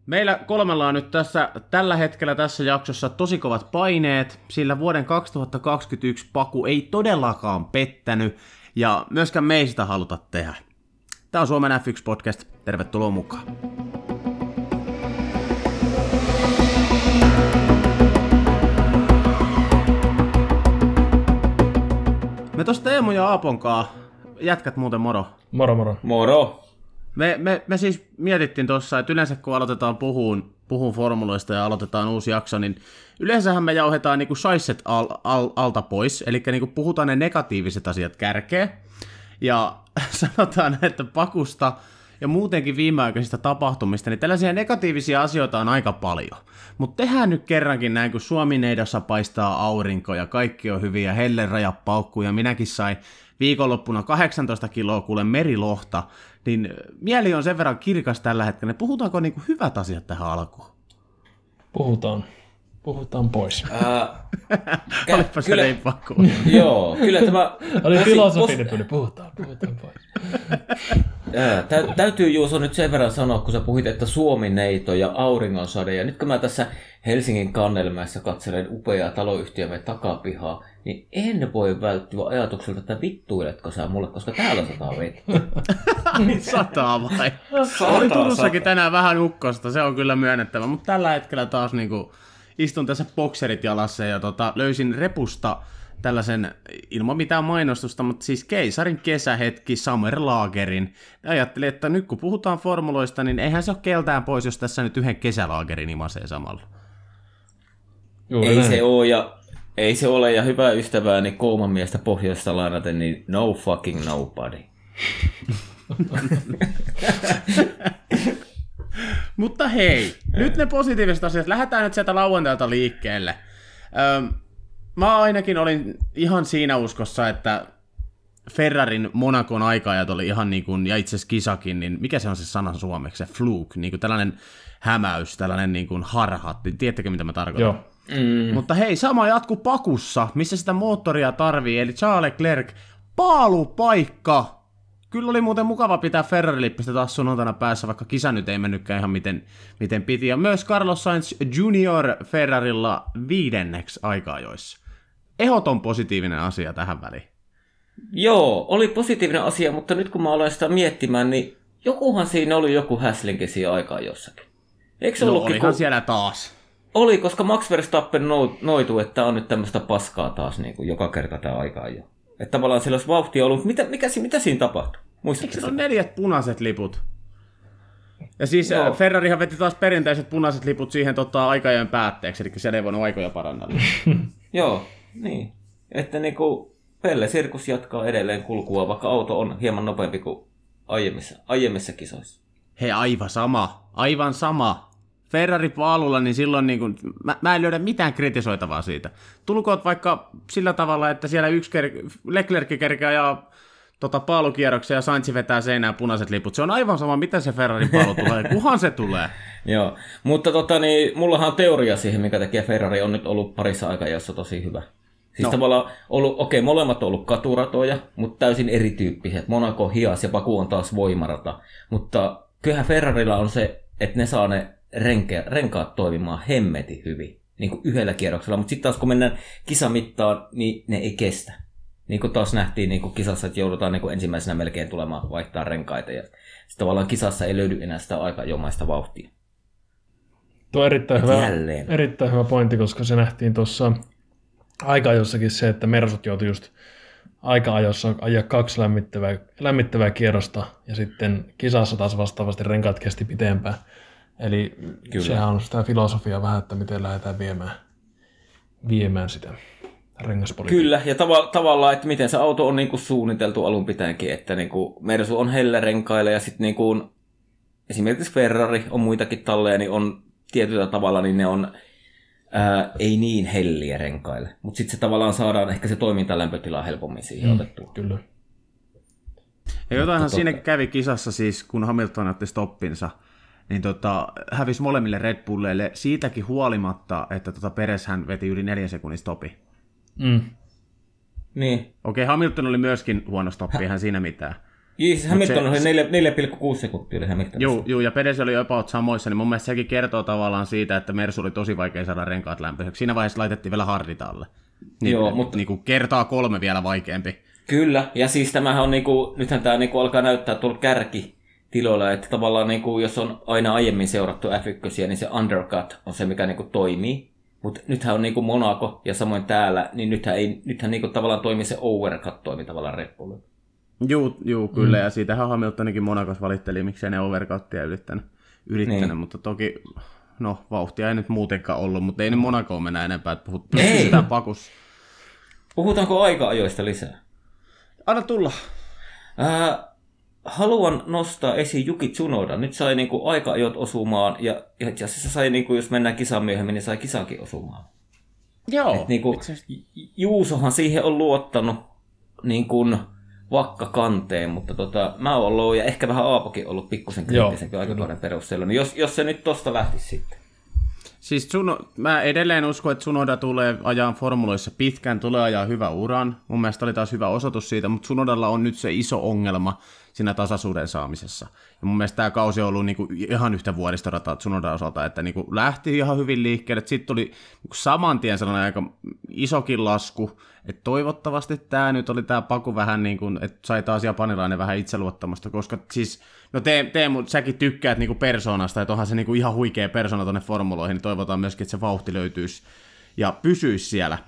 Meillä kolmella on nyt tällä hetkellä tässä jaksossa tosi kovat paineet, sillä vuoden 2021 Paku ei todellakaan pettänyt, ja myöskään me ei sitä haluta tehdä. Tämä on Suomen F1-podcast, tervetuloa mukaan. Me tossa Teemu ja Aaponkaa, jätkät muuten moro. Moro. Moro. Me siis mietittiin tuossa, että yleensä kun aloitetaan puhun formuloista ja aloitetaan uusi jakso, niin yleensähän me jauhetaan niinku shaisset alta pois, eli niinku puhutaan ne negatiiviset asiat kärkeen, ja sanotaan, että Pakusta ja muutenkin viimeaikaisista tapahtumista, niin tällaisia negatiivisia asioita on aika paljon. Mutta tehdään nyt kerrankin näin, kun Suomi-neidossa paistaa aurinko ja kaikki on hyviä, hellenraja paukkuu ja minäkin sain viikonloppuna 18 kiloa kuule merilohta, niin mieli on sen verran kirkas tällä hetkellä. Puhutaanko niinku hyvät asiat tähän alkuun? Puhutaan pois. Olipa se niin pakko. Joo, kyllä tämä... Oli filosofinen, puhutaan pois. Täytyy Juuso nyt sen verran sanoa, kun sä puhuit, että Suomi-neito ja auringonsade, ja nyt kun mä tässä Helsingin Kannelmäessä katselen upeaa taloyhtiömme takapihaa, niin en voi välttyä ajatukselta, että vittuiletko sä mulle, koska täällä sataa vettä. Sataa vai? Oli Turussakin tänään vähän ukkosta, se on kyllä myönnettävä, mutta tällä hetkellä taas niinku istun tässä bokserit jalassa ja löysin repusta tällaisen, ilman mitään mainostusta, mutta siis keisarin kesähetki Summerlagerin. Ajattelin, että nyt kun puhutaan formuloista, niin eihän se ole keltään pois, jos tässä nyt yhden kesälaagerin imasee samalla. Ei se ole, ja hyvä ystävääni Kouman miestä pohjoista lainaten, niin no fucking nobody. Mutta hei, nyt ne positiiviset asiat. Lähdetään nyt sieltä lauantailta liikkeelle. Mä ainakin olin ihan siinä uskossa, että Ferrarin Monacon aika-ajat oli ihan niin kuin, ja itse asiassa kisakin, niin mikä se on se sana suomeksi, se fluke, niin kuin tällainen hämäys, tällainen niin kuin harha, tiedättekö mitä mä tarkoitan? Joo. Mutta hei, sama jatku Pakussa, missä sitä moottoria tarvii, eli Charles Leclerc, paalupaikka. Kyllä oli muuten mukava pitää Ferrari-lippistä taas sunnuntaina päässä, vaikka kisa nyt ei mennytkään ihan miten piti. Ja myös Carlos Sainz Junior Ferrarilla 5. aika-ajoissa. Ehdoton positiivinen asia tähän väliin. Joo, oli positiivinen asia, mutta nyt kun mä aloin sitä miettimään, niin jokuhan siinä oli joku häslinki siinä aikaa jossakin. Eikö se ollutkin? Olihan siellä taas. Oli, koska Max Verstappen noitui, että on nyt tämmöistä paskaa taas niin kuin joka kerta tämä aikaa jo. Että tavallaan siellä olisi vauhtia ollut. Mitä siinä tapahtui? Eikö se ole 4 punaiset liput? Ja siis Ferrarihan veti taas perinteiset punaiset liput siihen aikajojen päätteeksi, eli siellä ei voinut aikoja parannella. Joo, niin. Että niinku Pelle Sirkus jatkaa edelleen kulkua, vaikka auto on hieman nopeampi kuin aiemmissa kisoissa. Hei, aivan sama. Ferrari paalulla, niin silloin niin kuin, mä en löydä mitään kritisoitavaa siitä. Tulkoot vaikka sillä tavalla, että siellä Leclerc kerkeää ja paalukierroksen ja Sainz vetää seinään punaiset liput. Se on aivan sama, mitä se Ferrarin paalu tulee, kuhan se tulee. Joo, mutta mullahan on teoria siihen, mikä tekee Ferrari on nyt ollut parissa aikajossa tosi hyvä. Siis tavallaan molemmat on ollut katuratoja, mutta täysin erityyppiset. Monaco hias ja Baku on taas voimarata. Mutta kyllähän Ferrarilla on se, että ne saa ne renkaat toimimaan hemmetin hyvin, niin kuin yhdellä kierroksella. Mutta sitten taas kun mennään kisamittaan, niin ne ei kestä. Niin kuin taas nähtiin niin kuin kisassa, että joudutaan niin kuin ensimmäisenä melkein tulemaan vaihtaa renkaita. Ja sitten tavallaan kisassa ei löydy enää sitä aikajomaista vauhtia. Tuo on erittäin hyvä pointti, koska se nähtiin tuossa aika-ajossakin se, että Mersut joutui just aika-ajossa ajaa 2 lämmittävää kierrosta ja sitten kisassa taas vastaavasti renkaat kesti pitempään. Eli kyllä. Sehän on sitä filosofiaa vähän, että miten lähdetään viemään sitä rengaspolitiikkaa. Kyllä, ja tavallaan, että miten se auto on niinku suunniteltu alun pitäenkin, että niinku Mersu on hellerenkailla ja sitten niinku, esimerkiksi Ferrari on muitakin talleja, niin on tietyllä tavalla, niin ne on ei niin helliä renkaille. Mutta sitten se tavallaan saadaan ehkä se toimintalämpötila helpommin siihen otettua. Kyllä. Ja jotainhan siinäkin kävi kisassa siis, kun Hamilton otti stoppinsa, niin hävisi molemmille Red Bullille siitäkin huolimatta, että Perez hän veti yli 4 sekunnin stopi. Niin. Okei, Hamilton oli myöskin huono stoppi, eihän siinä mitään. Hamilton oli 4,6 sekuntia oli Hamiltonissa. Joo, ja Perez oli jopa samoissa, niin mun mielestä sekin kertoo tavallaan siitä, että Mersu oli tosi vaikea saada renkaat lämpöiseksi. Siinä vaiheessa laitettiin vielä harditalle. Niin, joo, mutta niin kuin kertaa 3 vielä vaikeampi. Kyllä, ja siis tämähän on, nythän tämä alkaa näyttää tuolla kärkitiloilla, että tavallaan jos on aina aiemmin seurattu F1, niin se undercut on se, mikä toimii. Mutta nythän on Monaco ja samoin täällä, niin nythän tavallaan toimii se overcut toimi tavallaan Red Bullilla. Joo, kyllä, ja siitähän Hamiltonikin Monacossa valitteli, miksei ne overcuttia yrittänyt, niin. Mutta toki, vauhtia ei nyt muutenkaan ollut, mutta ei nyt Monacoon mennä enempää, että pysytään pakussa. Puhutaanko aika-ajoista lisää? Anna tulla. Haluan nostaa esiin Yuki Tsunoda. Nyt sai aika-ajot osumaan, ja itse asiassa sai, jos mennään kisaan myöhemmin, niin sai kisankin osumaan. Joo. Juusohan siihen on luottanut vakka kanteen, mutta mä oon ollut, ja ehkä vähän Aapokin ollut pikkusen kriittisempi aikakauden perusteella, niin jos se nyt tosta lähtisi sitten. Siis mä edelleen uskon, että Tsunoda tulee ajaa formuloissa pitkään, tulee ajaa hyvä uran. Mun mielestä oli taas hyvä osoitus siitä, mutta Tsunodalla on nyt se iso ongelma siinä tasaisuuden saamisessa. Ja mun mielestä tämä kausi on ollut ihan yhtä vuoristorataa Tsunodan osalta, että lähti ihan hyvin liikkeelle. Sitten tuli saman tien sellainen aika isokin lasku, että toivottavasti tämä nyt oli tämä paku vähän että sai taas japanilainen vähän itseluottamusta, koska siis, Teemu, säkin tykkäät persoonasta, että onhan se ihan huikea persona tuonne formuloihin, niin toivotaan myöskin, että se vauhti löytyisi ja pysyisi siellä.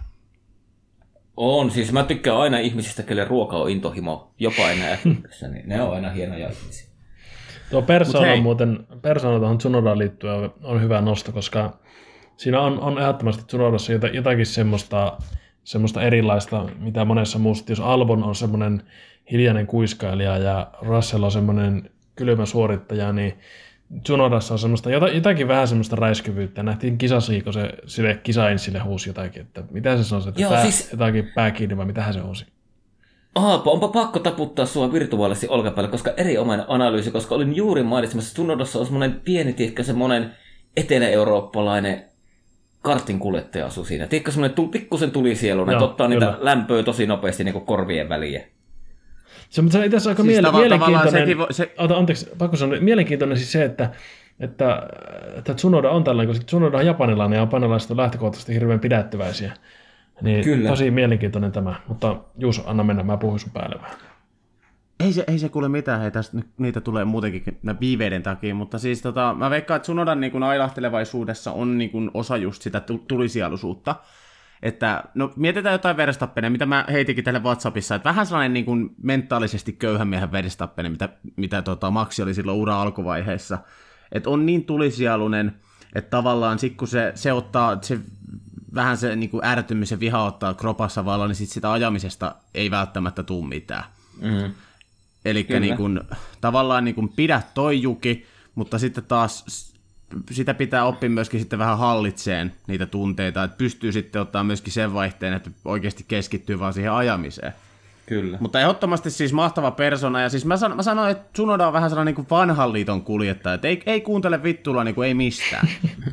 On, siis mä tykkään aina ihmisistä, kelle ruoka on intohimo, jopa enää F1, niin ne on aina hienoja ihmisiä. Tuo persona tuohon Tsunodaan liittyen on hyvä nosto, koska siinä on ehdottomasti Tsunodassa jotakin semmoista erilaista, mitä monessa muussa. Jos Albon on semmoinen hiljainen kuiskailija ja Russell on semmoinen kylmä suorittaja, niin Tsunodassa on semmoista jotakin vähän semmoista räiskyvyyttä. Nähtiin kisasiiko se sille kisainssille huusi jotakin, että mitä se sanoi, että jotakin pää kiinni vai mitähän se huusi? Aapo, onpa pakko taputtaa sua virtuaalisesti olkapäälle, koska erinomainen analyysi, koska olin juuri mainitsemassa, Tsunodassa on semmoinen pieni, semmoinen etelä-eurooppalainen kartinkuljettaja asuu siinä. Tiedätkö, semmoinen pikkusen tulisieluinen, että ottaa niitä lämpöä tosi nopeasti korvien väliin. Se on itse asiassa aika mielenkiintoinen. Pakko sanoa, mielenkiintoinen siis se, että Tsunoda on tällainen, koska Tsunoda on japanilainen ja japanilaiset on lähtökohtaisesti hirveän pidättyväisiä. Niin kyllä. Tosi mielenkiintoinen tämä, mutta Juuso, anna mennä, mä puhuin sun päälle vähän. Ei se kuule mitään, hei, tästä niitä tulee muutenkin viiveiden takia, mutta siis mä veikkaan, että Tsunodan ailahtelevaisuudessa on osa just sitä tulisieluisuutta. Että, mietitään jotain Verstappenia, mitä mä heitikin tälle WhatsAppissa, että vähän sellainen mentaalisesti köyhän miehen Verstappenia, mitä Maxi oli silloin ura alkuvaiheessa. Että on niin tulisieluinen, että tavallaan sit kun se ottaa, se vähän se ärtymisen viha ottaa kropassa vallan, niin sit sitä ajamisesta ei välttämättä tule mitään. Mm. Eli tavallaan pidä toi Juki, mutta sitten taas sitä pitää oppia myöskin sitten vähän hallitseen niitä tunteita, että pystyy sitten ottaa myöskin sen vaihteen, että oikeasti keskittyy vaan siihen ajamiseen. Kyllä. Mutta ehdottomasti siis mahtava persona, ja siis mä sanoin, että Tsunoda on vähän sellainen vanhan liiton kuljettaja, että ei kuuntele vittuilla ei mistään.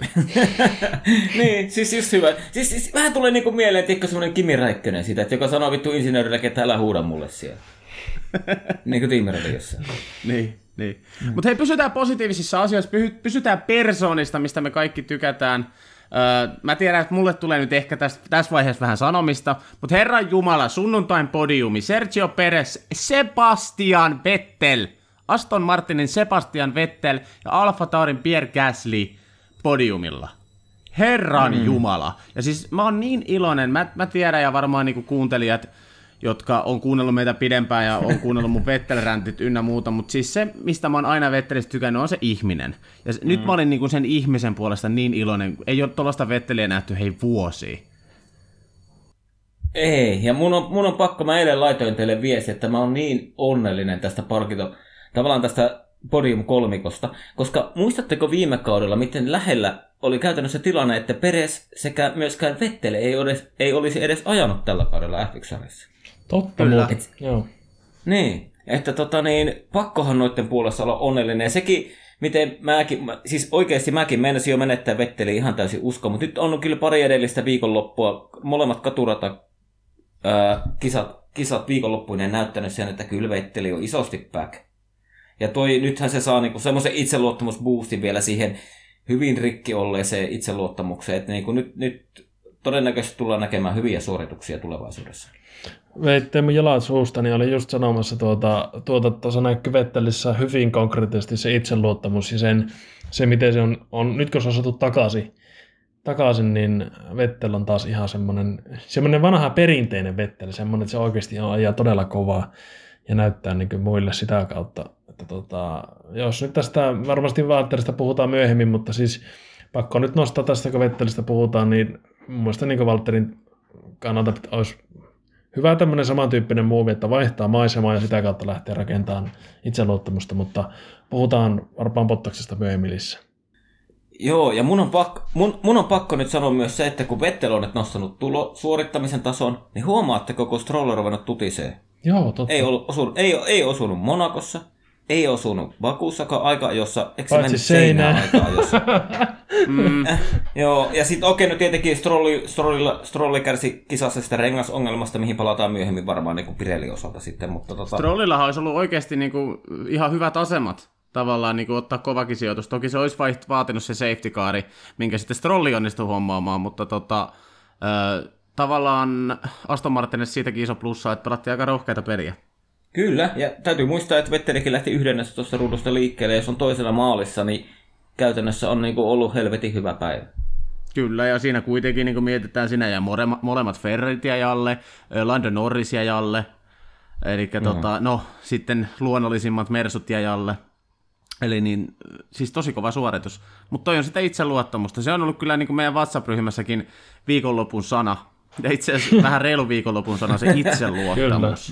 Niin, siis just hyvä. Siis vähän tulee mieleen, että ehkä semmoinen Kimi Räikkönen siitä, että joka sanoo vittu insinöörille, että älä huuda mulle siellä. Niin kuin tiimerille jossain. Niin. Mutta hei, pysytään positiivisissa asioissa, pysytään persoonista, mistä me kaikki tykätään. Mä tiedän, että mulle tulee nyt ehkä tässä vaiheessa vähän sanomista, mutta Herran Jumala, sunnuntain podiumi, Sergio Perez, Sebastian Vettel, Aston Martinin Sebastian Vettel ja Alfa Taurin Pierre Gasly podiumilla. Herran Jumala. Ja siis mä oon niin iloinen, mä tiedän ja varmaan kuuntelijat, jotka on kuunnellut meitä pidempään ja on kuunnellut mun Vettel-räntit ynnä muuta, mutta siis se, mistä mä oon aina Vettelistä tykännyt, on se ihminen. Ja nyt mä olin sen ihmisen puolesta niin iloinen, ei ole tuollaista Vetteliä nähty vuosia. Ei, ja mun on pakko, mä eilen laitoin teille viesti, että mä oon niin onnellinen tästä tavallaan tästä podium-kolmikosta, koska muistatteko viime kaudella, miten lähellä oli käytännössä tilanne, että Perez sekä myöskään Vettel ei olisi edes ajanut tällä kaudella F1-sarjassa. Totta, joo. Niin, että pakkohan noiden puolesta olla onnellinen. Ja sekin, miten siis oikeasti mäkin meinasin jo menettää Vetteliin ihan täysin usko, mutta nyt on kyllä pari edellistä viikonloppua, molemmat katurata kisat kisat viikonloppuinen näyttänyt sen, että kyllä Vetteli on isosti back. Ja nythän se saa niinku semmoisen itseluottamusboostin vielä siihen hyvin rikki olleeseen itseluottamukseen, että niinku nyt todennäköisesti tullaan näkemään hyviä suorituksia tulevaisuudessa. Veitte mun jalat suusta, niin olin just sanomassa tuossa näkyy Vettelissä hyvin konkreettisesti se itseluottamus ja se miten se on nyt kun se on saatu takaisin, niin Vettel on taas ihan semmoinen vanha perinteinen Vettel, semmoinen, että se oikeasti on ajaa todella kovaa ja näyttää niin kuin muille sitä kautta. Että jos nyt tästä varmasti Valtterista puhutaan myöhemmin, mutta siis pakko nyt nostaa tästä, kun Vettelistä puhutaan, niin mun mielestä niin Valtterin kannalta olisi hyvä tämmöinen samantyyppinen muuvi, että vaihtaa maisemaa ja sitä kautta lähtee rakentamaan itseluottamusta, mutta puhutaan varmaan Bottaksesta myöhemmin lisää. Joo, ja mun on pakko nyt sanoa myös se, että kun Vettel on nyt nostanut suorittamisen tason, niin huomaatteko, kun Stroll on ruvennut tutisee? Joo, totta. Ei osunut Monakossa, ei osunut Bakussakaan aika-ajossa, eikö se mennyt seinään aika-ajossa? Joo, ja sitten no tietenkin Strolli kärsi kisassa sitä rengasongelmasta, mihin palataan myöhemmin varmaan niin kuin Pirelli osalta sitten. Mutta Strollillahan olisi ollut oikeasti niin kuin ihan hyvät asemat tavallaan niin kuin ottaa kovakin sijoitus. Toki se olisi vaatinut se safety car, minkä sitten Strolli onnistui hommaamaan, mutta tavallaan Aston Martinille siitäkin iso plussa, että pelattiin aika rohkeita peliä. Kyllä, ja täytyy muistaa, että Vettelikin lähti 11 ruudusta liikkeelle, ja jos on toisella maalissa, niin käytännössä on niinku ollut helvetin hyvä päivä. Kyllä, ja siinä kuitenkin niin mietitään sinä ja molemmat Ferrarit jalle, Lando Norris jalle, eli sitten luonnollisimmat Mersut jalle. Eli niin, siis tosi kova suoritus. Mutta toi on sitä itseluottamusta. Se on ollut kyllä niin kuin meidän WhatsApp-ryhmässäkin viikonlopun sana. Ja itse asiassa vähän reilu viikonlopun sana, se itseluottamus.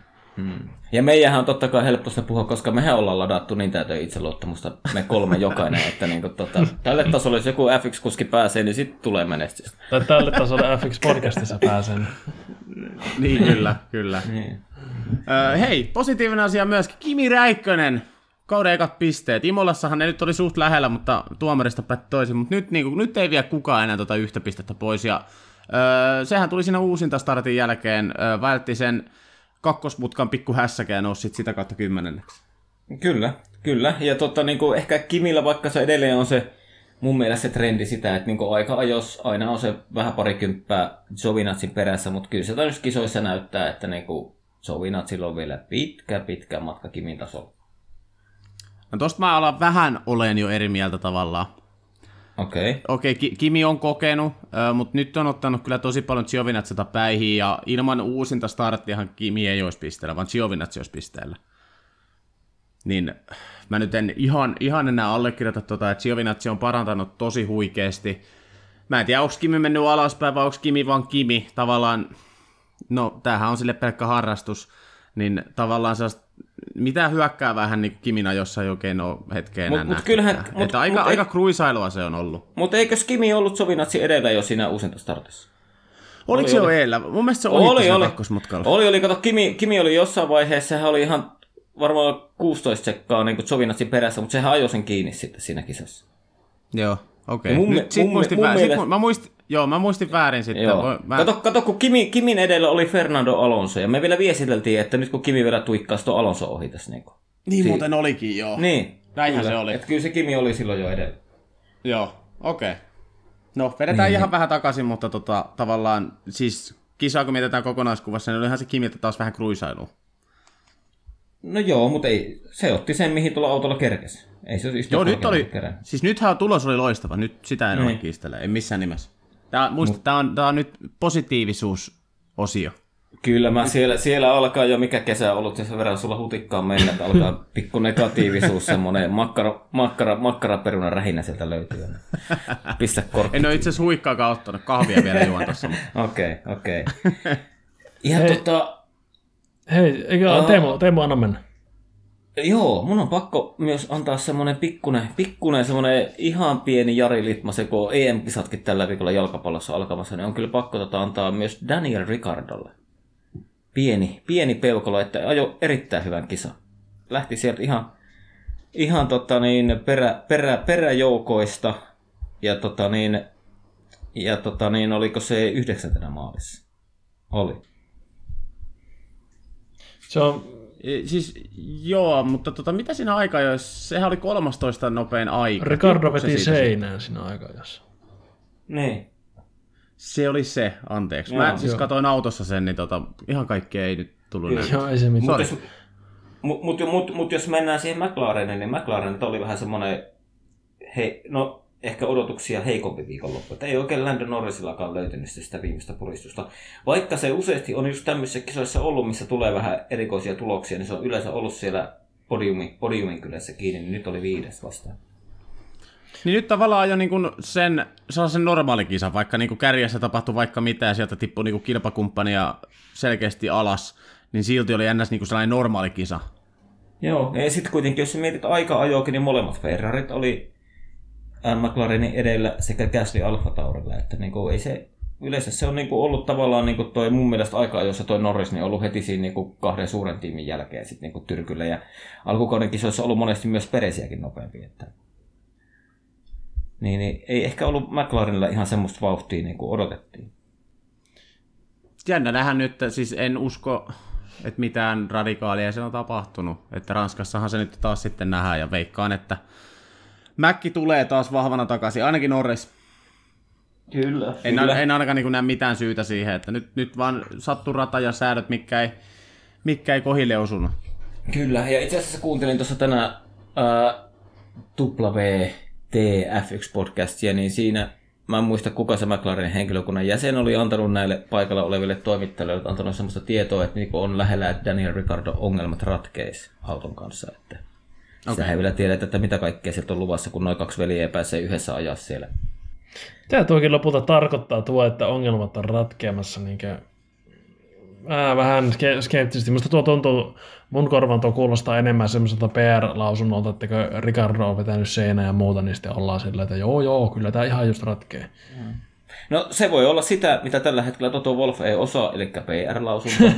Ja meidänhän on totta kai helppo sitä puhua, koska mehän ollaan ladattu niin täyteen itseluottamusta, me 3 jokainen, että niinku tälle tasolle, jos joku FX-kuski pääsee, niin sitten tulee menestystä. Tai tälle tasolle FX-podcastissa pääsee. Niin, kyllä. Niin. Hei, positiivinen asia myöskin, Kimi Räikkönen, kauden ekat pisteet. Imolassahan ne nyt oli suht lähellä, mutta tuomarista päätti toisin, mutta nyt ei vie kukaan enää yhtä pistettä pois, ja sehän tuli siinä uusinta startin jälkeen, vältti sen kakkosmutkan pikku hässäkä ja nousi sitä kautta 10. Kyllä. Ja niinku, ehkä Kimillä, vaikka se edelleen on se mun mielestä se trendi sitä, että niinku aika-ajos aina on se vähän parikymppää Giovinazin perässä, mutta kyllä se nyt kisoissa näyttää, että niinku Giovinazilla on vielä pitkä matka Kimin tasolla. No tosta mä alan vähän olen jo eri mieltä tavallaan. Okei, Kimi on kokenut, mutta nyt on ottanut kyllä tosi paljon Giovinazilta päihin, ja ilman uusinta starttiahan Kimi ei olisi pisteellä, vaan Giovinazzi olisi pisteellä. Niin mä nyt en ihan enää allekirjoita että Giovinazzi on parantanut tosi huikeasti. Mä en tiedä, onko Kimi mennyt alaspäin vai onko Kimi vaan Kimi. Tavallaan, no tämähän on sille pelkkä harrastus, niin tavallaan mitä hyökkää vähän niin Kimin ajossa ei oikein ole hetkeä enää nähty. Aika kruisailua se on ollut. Mutta eikös Kimi ollut Giovinazzi edellä jo siinä uusinta startissa? Oliko se jo edellä? Mun mielestä se oli kakkosmutkalla. Oli. Kato, Kimi oli jossain vaiheessa, sehän oli ihan varmaan 16 sekkaa niin Giovinazzin perässä, mutta sehän ajoi sen kiinni sitten siinä kisassa. Joo, okei. Mä muistin väärin sitten. Kato, kun Kimin edellä oli Fernando Alonso, ja me vielä viesiteltiin, että nyt kun Kimi vielä tuikkaisi tuon Alonso ohi tässä. Niin muuten olikin, joo. Niin. Näinhän se oli. Että kyllä se Kimi oli silloin jo edellä. Joo, okei. No, vedetään ihan vähän takaisin, mutta tavallaan, siis kisaa kun mietitään kokonaiskuvassa, niin olihan se Kimiltä taas vähän kruisailua. No joo, mutta ei, se otti sen, mihin tuolla autolla kerkesi. Ei se joo, nyt oli, siis nythän tulos oli loistava, nyt sitä en ole kiistellä, ei missään nimessä. Tämä on nyt positiivisuusosio. Kyllä, siellä alkaa jo, mikä kesä on ollut, sen verran sulla hutikkaan mennä, että alkaa pikku negatiivisuus, semmoinen makkaraperunan rähinä sieltä löytyy. Pistä korkki. En ole itse asiassa huikkaakaan ottanut, kahvia vielä juon tuossa. Okei. Ihan Hei, Teemu, anna mennä. Joo, mun on pakko myös antaa semmoinen pikkunen semmoinen ihan pieni Jari Litmasen, kun EM-kisatkin tällä viikolla jalkapallossa alkamassa, niin on kyllä pakko antaa myös Daniel Ricciardolle. Pieni peukalo, että ajo erittäin hyvän kisan. Lähti sieltä ihan peräjoukoista ja oliko se 9. maalissa? Oli. Se on... Siis joo, mutta mitä siinä aika-ajoissa? Sehän oli 13 nopein aika. Ricardo veti seinään siinä aika-ajoissa. Niin. Se oli se, anteeksi. Mä siis katoin autossa sen, niin ihan kaikkea ei nyt tullut näin. Joo, ei se mitään. Mutta jos mennään siihen McLareniin, niin McLaren oli vähän semmoinen, ehkä odotuksia heikompi viikonloppu. Että ei oikein Lando Norrisillakaan löytynyt sitä viimeistä puristusta. Vaikka se useasti on just tämmöisissä kisoissa ollut, missä tulee vähän erikoisia tuloksia, niin se on yleensä ollut siellä podiumin kylässä kiinni, niin nyt oli 5. vastaan. Niin nyt tavallaan jo niin kuin sellaisen normaali kisa, vaikka niin kuin kärjessä tapahtui vaikka mitä ja sieltä tippui niin kuin kilpakumppania selkeästi alas, niin silti oli ennäs niin kuin sellainen normaali kisa. Joo, ja sitten kuitenkin, jos mietit aika-ajoakin, niin molemmat Ferrarit oli McLarenin edellä sekä Gasly Alfa Taurilla, että niin kuin ei se, yleensä se on niin kuin ollut tavallaan niin kuin toi mun mielestä aika-ajossa toi Norris niin ollut heti siinä niin kuin 2 suuren tiimin jälkeen sitten niin kuin Tyrkyllä, ja alkukauden kisoissa on ollut monesti myös Peresiäkin nopeampi, että niin ei ehkä ollut McLarenilla ihan semmoista vauhtia niin kuin odotettiin. Jännä nähdä nyt, siis en usko, että mitään radikaalia se on tapahtunut. Että Ranskassahan se nyt taas sitten nähdään ja veikkaan, että Mäkki tulee taas vahvana takaisin, ainakin Norris. Kyllä. En ainakaan niin näe mitään syytä siihen, että nyt vaan sattuu rata ja säädöt, mitkä ei kohille osunut. Kyllä, ja itse asiassa kuuntelin tuossa tänään WTF1-podcastia, niin siinä mä en muista, kuka se McLarenin henkilökunnan jäsen oli antanut näille paikalla oleville toimittajille, antanut sellaista tietoa, että niin on lähellä, että Daniel Ricciardo ongelmat ratkeisi auton kanssa. Että sitä ei vielä tiedä, että mitä kaikkea sieltä on luvassa, kun noin 2 veljeä pääsee yhdessä ajaa siellä. Tämä toikin lopulta tarkoittaa että ongelmat on ratkeamassa vähän skeptisesti. Minusta tuo tuntuu, mun korvan tuo kuulostaa enemmän semmoiselta PR-lausunnolta, että kun Ricardo on vetänyt seinään ja muuta, niin sitten ollaan sillä, että joo, kyllä tämä ihan just ratkee. No se voi olla sitä, mitä tällä hetkellä Toto Wolff ei osaa, eli PR-lausunto,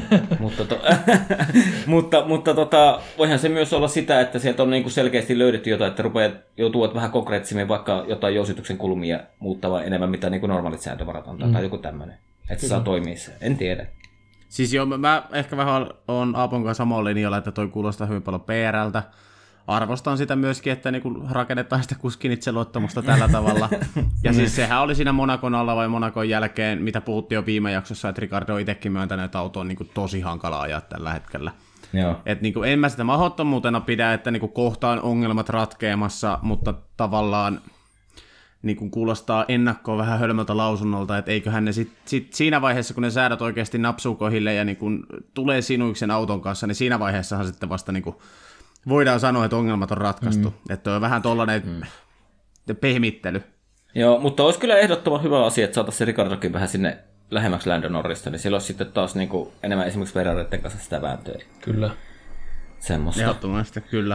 mutta voihan se myös olla sitä, että sieltä on niinku selkeästi löydetty jotain, että joutuu vähän konkreettisemmin vaikka jotain jousituksen kulmia muuttamaan enemmän, mitä niinku normaalit sääntövarat antaa, tai joku tämmöinen, että se saa toimia se. En tiedä. Siis joo, mä ehkä vähän on Aapon kanssa samalla linjalla, että toi kuulostaa hyvin paljon PR:ltä. Arvostan sitä myöskin, että niinku rakennetaan sitä kuskin itseluottamusta tällä tavalla. Ja siis sehän oli siinä Monacon alla vai Monacon jälkeen, mitä puhuttiin jo viime jaksossa, että Ricardo on itsekin myöntänyt, että auto on niinku tosi hankala ajaa tällä hetkellä. Et niinku en mä sitä mahdottomuutena pidä, että niinku kohtaan ongelmat ratkeamassa, mutta tavallaan niinku kuulostaa ennakkoon vähän hölmöltä lausunnolta, että eiköhän ne sit siinä vaiheessa, kun ne säädöt oikeasti napsuu kohille ja niinku tulee sinuiksi sen auton kanssa, niin siinä vaiheessahan sitten vasta niinku voidaan sanoa, että ongelmat on ratkaistu. Että on vähän tollainen pehmittely. Joo, mutta olisi kyllä ehdottoman hyvä asia, että saataisiin Ricardokin vähän sinne lähemmäksi Lando Norrista, niin silloin sitten taas niinku enemmän esimerkiksi Ferraritten kanssa sitä vääntöä. Kyllä. Semmosta. Ehdottomasti, kyllä.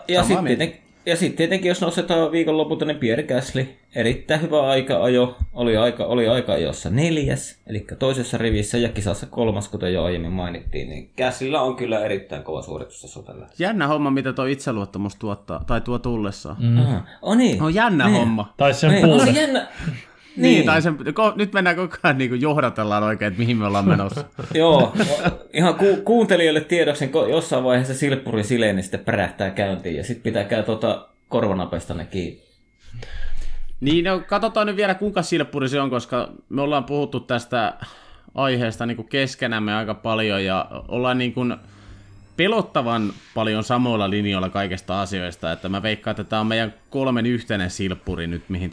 Ja sitten tietenkin, jos nostetaan viikonlopulta, niin Pierre Gasly, erittäin hyvä aika-ajo, oli aika-ajossa 4, eli toisessa rivissä ja kisassa 3, kuten jo aiemmin mainittiin, niin Gaslylla on kyllä erittäin kova suoritustaso tällä. Jännä homma, mitä tuo itseluottamus tuottaa, tai tuo tullessaan. Niin. On jännä homma. Tai sen puute. Jännä. Niin, tai nyt mennään koko ajan niin johdatellaan oikein, että mihin me ollaan menossa. Joo, ihan kuuntelijoille tiedoksi, jossain vaiheessa silppurin sileeni sitten pärähtää käyntiin, ja sitten pitää käydä korvanapesta ne kiinni. Niin, no, katsotaan nyt vielä kuinka silppuri se on, koska me ollaan puhuttu tästä aiheesta niin kuin keskenämme aika paljon, ja ollaan niin kuin pelottavan paljon samoilla linjoilla kaikista asioista, että mä veikkaan, että tämä on meidän 3 yhteinen silppuri nyt, mihin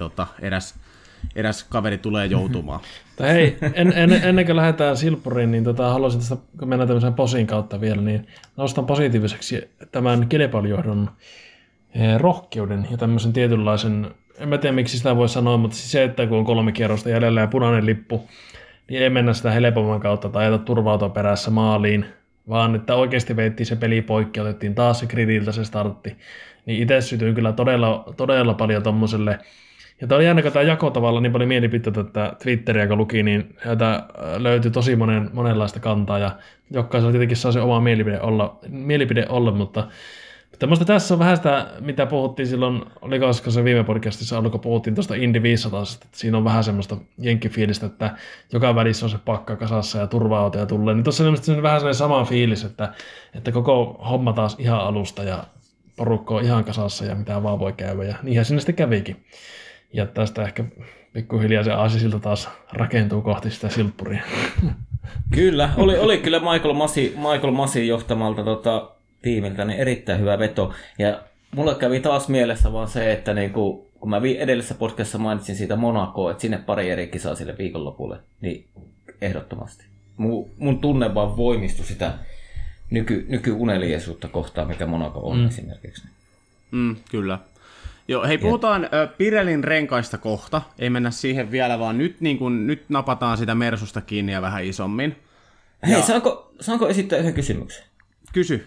eräs kaveri tulee joutumaan. Hei, ennen kuin lähdetään silppuriin, niin haluaisin tästä, kun mennään tämmöisen posin kautta vielä, niin nostan positiiviseksi tämän kilpailujohdon rohkeuden ja tämmöisen tietynlaisen, en mä tiedä miksi sitä voi sanoa, mutta siis se, että kun on 3 kierrosta jäljellä ja punainen lippu, niin ei mennä sitä helpomman kautta tai ajata turvautua perässä maaliin, vaan että oikeasti veittiin se peli poikki, otettiin taas se gridiltä se startti, niin itse sytyin kyllä todella paljon tommoselle. Ja tämä oli jännä, kun tämä jakoi tavallaan niin paljon mielipiteitä, että Twitteriä kun luki, niin sieltä löytyi tosi monenlaista kantaa, ja jokaisella tietenkin saa se oma mielipide olla, mutta Mutta musta tässä on vähän sitä, mitä puhuttiin silloin, oliko se viime podcastissa ollut, kun puhuttiin tuosta Indy 500, että siinä on vähän semmoista jenkkifiilistä, että joka välissä on se pakka kasassa ja turva-autoja tulee. Niin tuossa on vähän sellainen sama fiilis, että koko homma taas ihan alusta ja porukka on ihan kasassa ja mitä vaan voi käydä. Ja niinhän sinne sitten kävikin. Ja tästä ehkä pikkuhiljaa se aasisilta taas rakentuu kohti sitä silppuria. Kyllä, oli kyllä Michael Masin johtamalta tiimiltä niin erittäin hyvä veto. Ja mulle kävi taas mielessä vaan se, että niinku, kun mä edellisessä podcastissa mainitsin siitä Monacoa, että sinne pari eri kisaa sille viikonlopulle, niin ehdottomasti. Mun tunne vaan voimistui sitä nykyuneliaisuutta kohtaan, mikä Monaco on esimerkiksi. Kyllä. Joo, hei, puhutaan Pirellin renkaista kohta. Ei mennä siihen vielä, vaan nyt napataan sitä Mersusta kiinni ja vähän isommin. Hei, saanko esittää yhden kysymyksen? Kysy.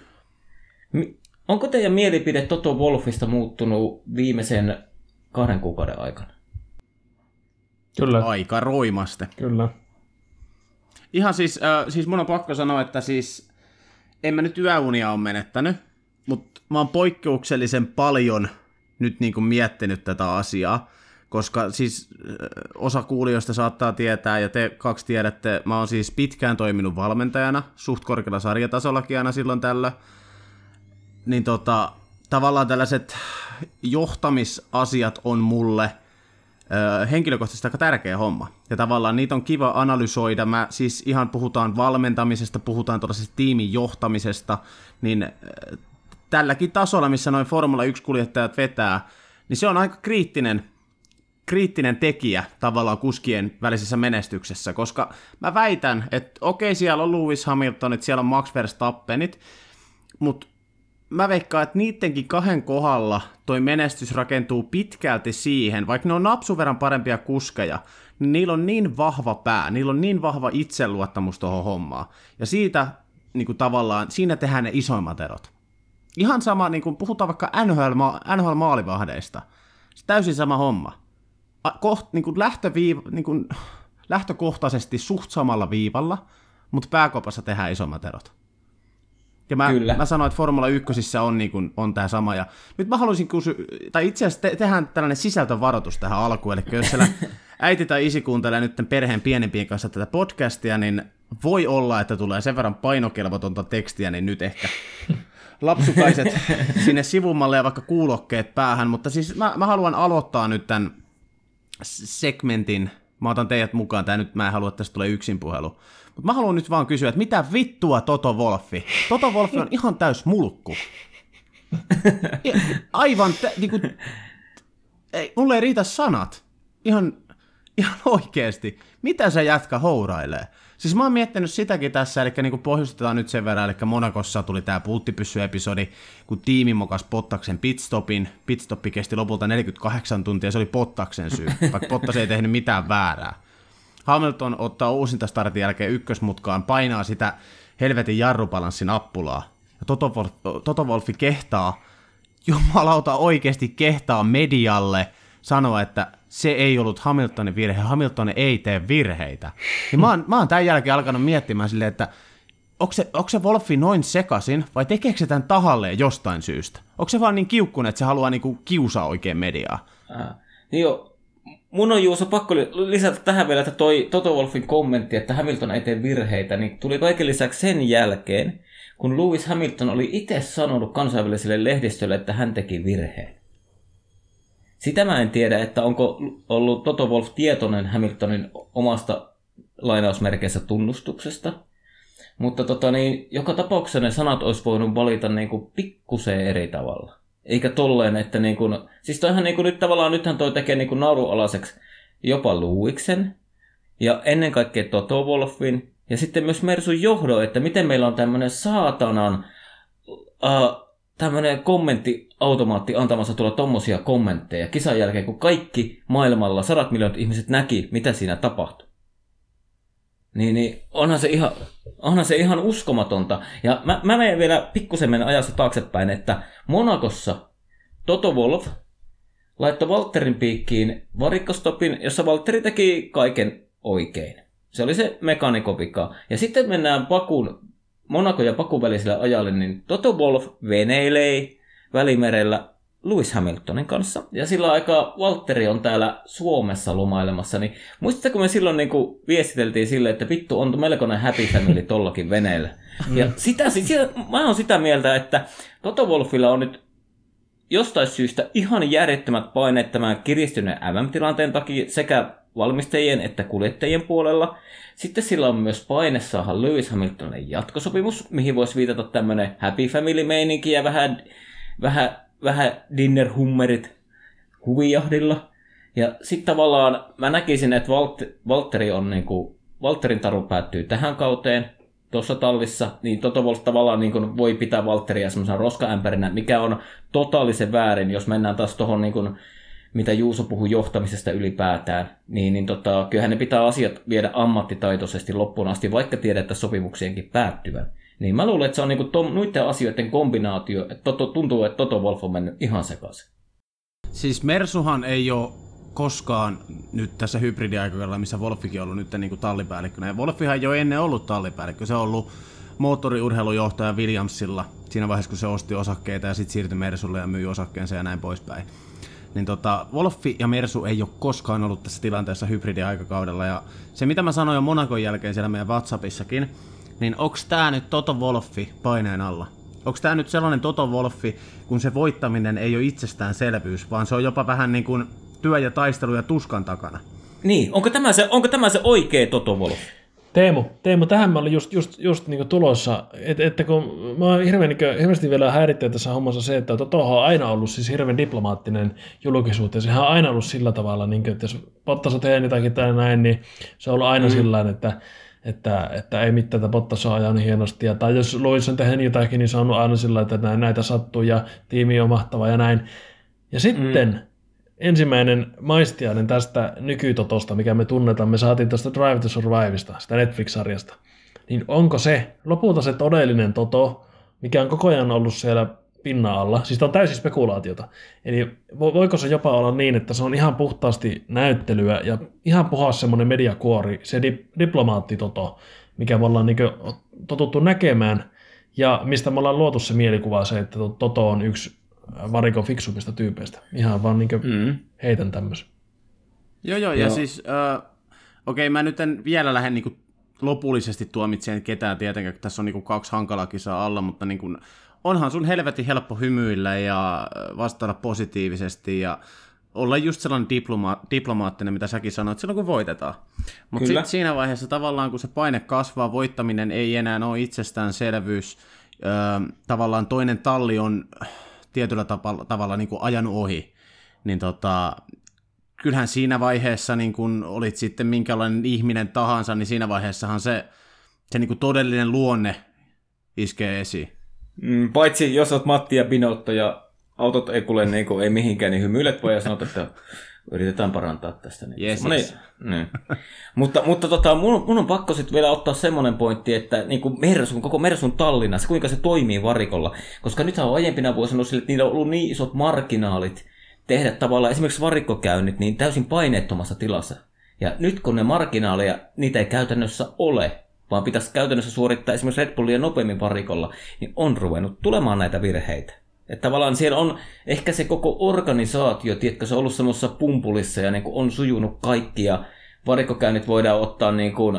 Onko teidän mielipide Toto Wolffista muuttunut viimeisen 2 kuukauden aikana? Kyllä. Aika roimaste. Kyllä. Ihan siis mun on pakko sanoa, että siis en mä nyt yöunia ole menettänyt, mutta mä oon poikkeuksellisen paljon nyt niin kuin miettinyt tätä asiaa, koska siis osa kuulijoista saattaa tietää, ja te 2 tiedätte, mä oon siis pitkään toiminut valmentajana, suht korkealla sarjatasollakin aina silloin tällä, niin tavallaan tällaiset johtamisasiat on mulle henkilökohtaisesti aika tärkeä homma, ja tavallaan niitä on kiva analysoida, siis ihan puhutaan valmentamisesta, puhutaan tuollaisesta tiimin johtamisesta, niin tälläkin tasolla, missä noin Formula 1-kuljettajat vetää, niin se on aika kriittinen tekijä tavallaan kuskien välisessä menestyksessä, koska mä väitän, että okei, siellä on Lewis Hamiltonit, siellä on Max Verstappenit, mutta mä veikkaan, että niidenkin 2 kohdalla toi menestys rakentuu pitkälti siihen, vaikka ne on napsun verran parempia kuskeja, niin niillä on niin vahva pää, niillä on niin vahva itseluottamus tuohon hommaan, ja siitä niin kuin tavallaan, siinä tehdään ne isoimmat erot. Ihan sama, niin kuin puhutaan vaikka NHL-maalivahdeista. Se täysin sama homma. Lähtökohtaisesti suht samalla viivalla, mutta pääkopassa tehdään isommat erot. Ja mä sanoin, että Formula 1 on tämä sama. Ja nyt mä haluaisin kysyä, tai itse asiassa tehdään tällainen sisältövaroitus tähän alkuun. Eli jos siellä äiti tai isi kuuntelee nyt perheen pienempien kanssa tätä podcastia, niin voi olla, että tulee sen verran painokelvotonta tekstiä, niin nyt ehkä lapsukaiset sinne sivummalle ja vaikka kuulokkeet päähän, mutta siis mä haluan aloittaa nyt tämän segmentin, mä otan teidät mukaan, mä en halua, että tästä tulee yksin puhelu, mutta mä haluan nyt vaan kysyä, että mitä vittua Toto Wolffi? Toto Wolffi on ihan täys mulkku. Aivan, mulle ei riitä sanat. Ihan oikeesti. Mitä se jätkä hourailee? Siis mä oon miettinyt sitäkin tässä, eli niin pohjustetaan nyt sen verran, eli Monacossa tuli tää pulttipyssy-episodi, kun tiimi mokas Bottaksen pitstopin. Pitstoppi kesti lopulta 48 tuntia, se oli Bottaksen syy, vaikka Bottas ei tehnyt mitään väärää. Hamilton ottaa uusinta startin jälkeen ykkösmutkaan, painaa sitä helvetin jarrubalanssin-nappulaa. Ja Toto Wolffi kehtaa, jumalauta oikeasti kehtaa medialle sanoa, että se ei ollut Hamiltonin virhe, Hamilton ei tee virheitä. Ja mä oon tämän jälkeen alkanut miettimään silleen, että onko se Wolffi noin sekaisin, vai tekeekö se tämän tahalleen jostain syystä? Onko se vaan niin kiukkunen, että se haluaa niinku kiusaa oikein mediaa? Niin joo, mun on Juuso pakko lisätä tähän vielä, että toi Toto Wolffin kommentti, että Hamilton ei tee virheitä, niin tuli kaiken lisäksi sen jälkeen, kun Lewis Hamilton oli itse sanonut kansainväliselle lehdistölle, että hän teki virheen. Sitä mä en tiedä, että onko ollut Toto Wolff tietoinen Hamiltonin omasta lainausmerkeissä tunnustuksesta, mutta joka tapauksessa ne sanat olisi voinut valita niin kuin pikkusen eri tavalla. Eikä tolleen, että niin kuin, siis toihan niin kuin nyt tavallaan, nythän toi tekee niin kuin naurunalaiseksi jopa Lewisin ja ennen kaikkea Toto Wolffin ja sitten myös Mersun johdon, että miten meillä on tämmöinen saatanan tämmöinen kommenttiautomaatti antamassa tulla tommosia kommentteja kisan jälkeen, kun kaikki maailmalla 100 miljoonat ihmiset näki, mitä siinä tapahtui. Niin onhan se ihan uskomatonta. Ja mä menen vielä pikkusen mennä ajassa taaksepäin, että Monacossa Toto Wolff laittoi Valtterin piikkiin varikkostopin, jossa Valtteri teki kaiken oikein. Se oli se mekaanikopika. Ja sitten mennään Monaco ja Bakun väliselle ajalle, niin Toto Wolff veneilee, Välimerellä Lewis Hamiltonin kanssa. Ja sillä aikaa Valtteri on täällä Suomessa lomailemassa. Niin muistatko, kun me silloin niin kuin viestiteltiin silleen, että vittu on melkoinen happy family tollakin veneellä. Ja mä oon sitä mieltä, että Toto Wolffilla on nyt jostain syystä ihan järjettömät paineet tämän kiristyneen MM-tilanteen takia sekä valmistajien että kuljettajien puolella. Sitten sillä on myös paine saada Lewis Hamiltonin jatkosopimus, mihin voisi viitata tämmöinen happy family-meininki ja vähän dinnerhummerit huvijahdilla. Ja sitten tavallaan mä näkisin, että Valtterin taru päättyy tähän kauteen tuossa tallissa, niin Toto Wolff tavallaan niin voi pitää Valtteria semmoisena roskaämpärinä, mikä on totaalisen väärin, jos mennään taas tuohon, niin mitä Juuso puhui johtamisesta ylipäätään, niin kyllähän ne pitää asiat viedä ammattitaitoisesti loppuun asti, vaikka tiedetään sopimuksienkin päättyvän. Niin mä luulen, että se on niin noiden asioiden kombinaatio, että tuntuu, että Toto Wolff on mennyt ihan sekaisin. Siis Mersuhan ei ole koskaan nyt tässä hybridiaikakaudella, missä Wolffikin on ollut nyt niin kuin tallipäällikkönä. Ja Wolffihan ei ole ennen ollut tallipäällikkö. Se on ollut moottoriurheilujohtaja Williamsilla siinä vaiheessa, kun se osti osakkeita ja sitten siirtyi Mersulle ja myi osakkeensa ja näin poispäin. Niin Wolffi ja Mersu ei ole koskaan ollut tässä tilanteessa hybridiaikakaudella. Ja se, mitä mä sanoin jo Monacon jälkeen siellä meidän WhatsAppissakin, niin onks tää nyt Toto Wolffi paineen alla? Onko tämä nyt sellainen Toto Wolffi, kun se voittaminen ei ole itsestäänselvyys, vaan se on jopa vähän niin kuin työ ja taistelu ja tuskan takana? Niin, onko tämä se oikea Toto Wolff? Teemu, tähän mä olin just niin tulossa, että kun mä oon hirveästi vielä häirittänyt tässä hommassa se, että Toto on aina ollut siis hirveän diplomaattinen julkisuuteen. Sehän on aina ollut sillä tavalla, niin kuin, että jos Bottas on tehnyt jotakin tai näin, niin se on ollut aina sillain, että ei mitään, että Bottas on ajanut hienosti. Tai jos Lewis on tehnyt jotakin, niin se on aina sillä että näitä sattuu ja tiimi on mahtava ja näin. Ja sitten ensimmäinen maistiainen tästä nykytotosta, mikä me tunnetaan, me saatiin tästä Drive to Survivesta, sitä Netflix-sarjasta. Niin onko se lopulta se todellinen Toto, mikä on koko ajan ollut siellä pinnan alla? Siis tämä on täysin spekulaatiota. Eli voiko se jopa olla niin, että se on ihan puhtaasti näyttelyä ja ihan puhas semmoinen mediakuori, se diplomaattitoto, mikä me ollaan niin totuttu näkemään ja mistä me ollaan luotu se mielikuva se, että Toto on yksi varikon fiksummista tyypeistä. Ihan vaan niin heitän tämmöisen. Joo, ja siis okei, mä nyt en vielä lähde niin lopullisesti tuomitsemaan ketään tietenkään, kun tässä on niin 2 hankalaa kisaa alla, mutta niin kuin, onhan sun helvetin helppo hymyillä ja vastata positiivisesti ja olla just sellainen diplomaattinen, mitä säkin sanoit, silloin kun voitetaan. Mutta sitten siinä vaiheessa tavallaan, kun se paine kasvaa, voittaminen ei enää ole itsestäänselvyys, tavallaan toinen talli on tietyllä tavalla niin kuin ajanut ohi, niin kyllähän siinä vaiheessa, niin kun olit sitten minkälainen ihminen tahansa, niin siinä vaiheessahan se niin kuin todellinen luonne iskee esiin. Paitsi jos olet Matti ja Binotto ja autot ei kuule niin kuin, ei mihinkään, niin hymyilet voi ja sanot, että yritetään parantaa tästä. Niin. Yes. Niin. Mutta mun on pakko sitten vielä ottaa semmoinen pointti, että niin kuin koko Mersun Tallinna, se kuinka se toimii varikolla. Koska nythän on aiempina vuosina ollut sille, että niillä on ollut niin isot marginaalit tehdä tavallaan esimerkiksi varikkokäynnit niin täysin paineettomassa tilassa. Ja nyt kun ne marginaaleja, niitä ei käytännössä ole, vaan pitäisi käytännössä suorittaa esimerkiksi Red Bullia nopeammin varikolla, niin on ruvennut tulemaan näitä virheitä. Että tavallaan siellä on ehkä se koko organisaatio, tiedätkö, se on ollut semmoisessa pumpulissa ja niin kuin on sujunut kaikki ja varikkokäynnit voidaan ottaa niin kuin,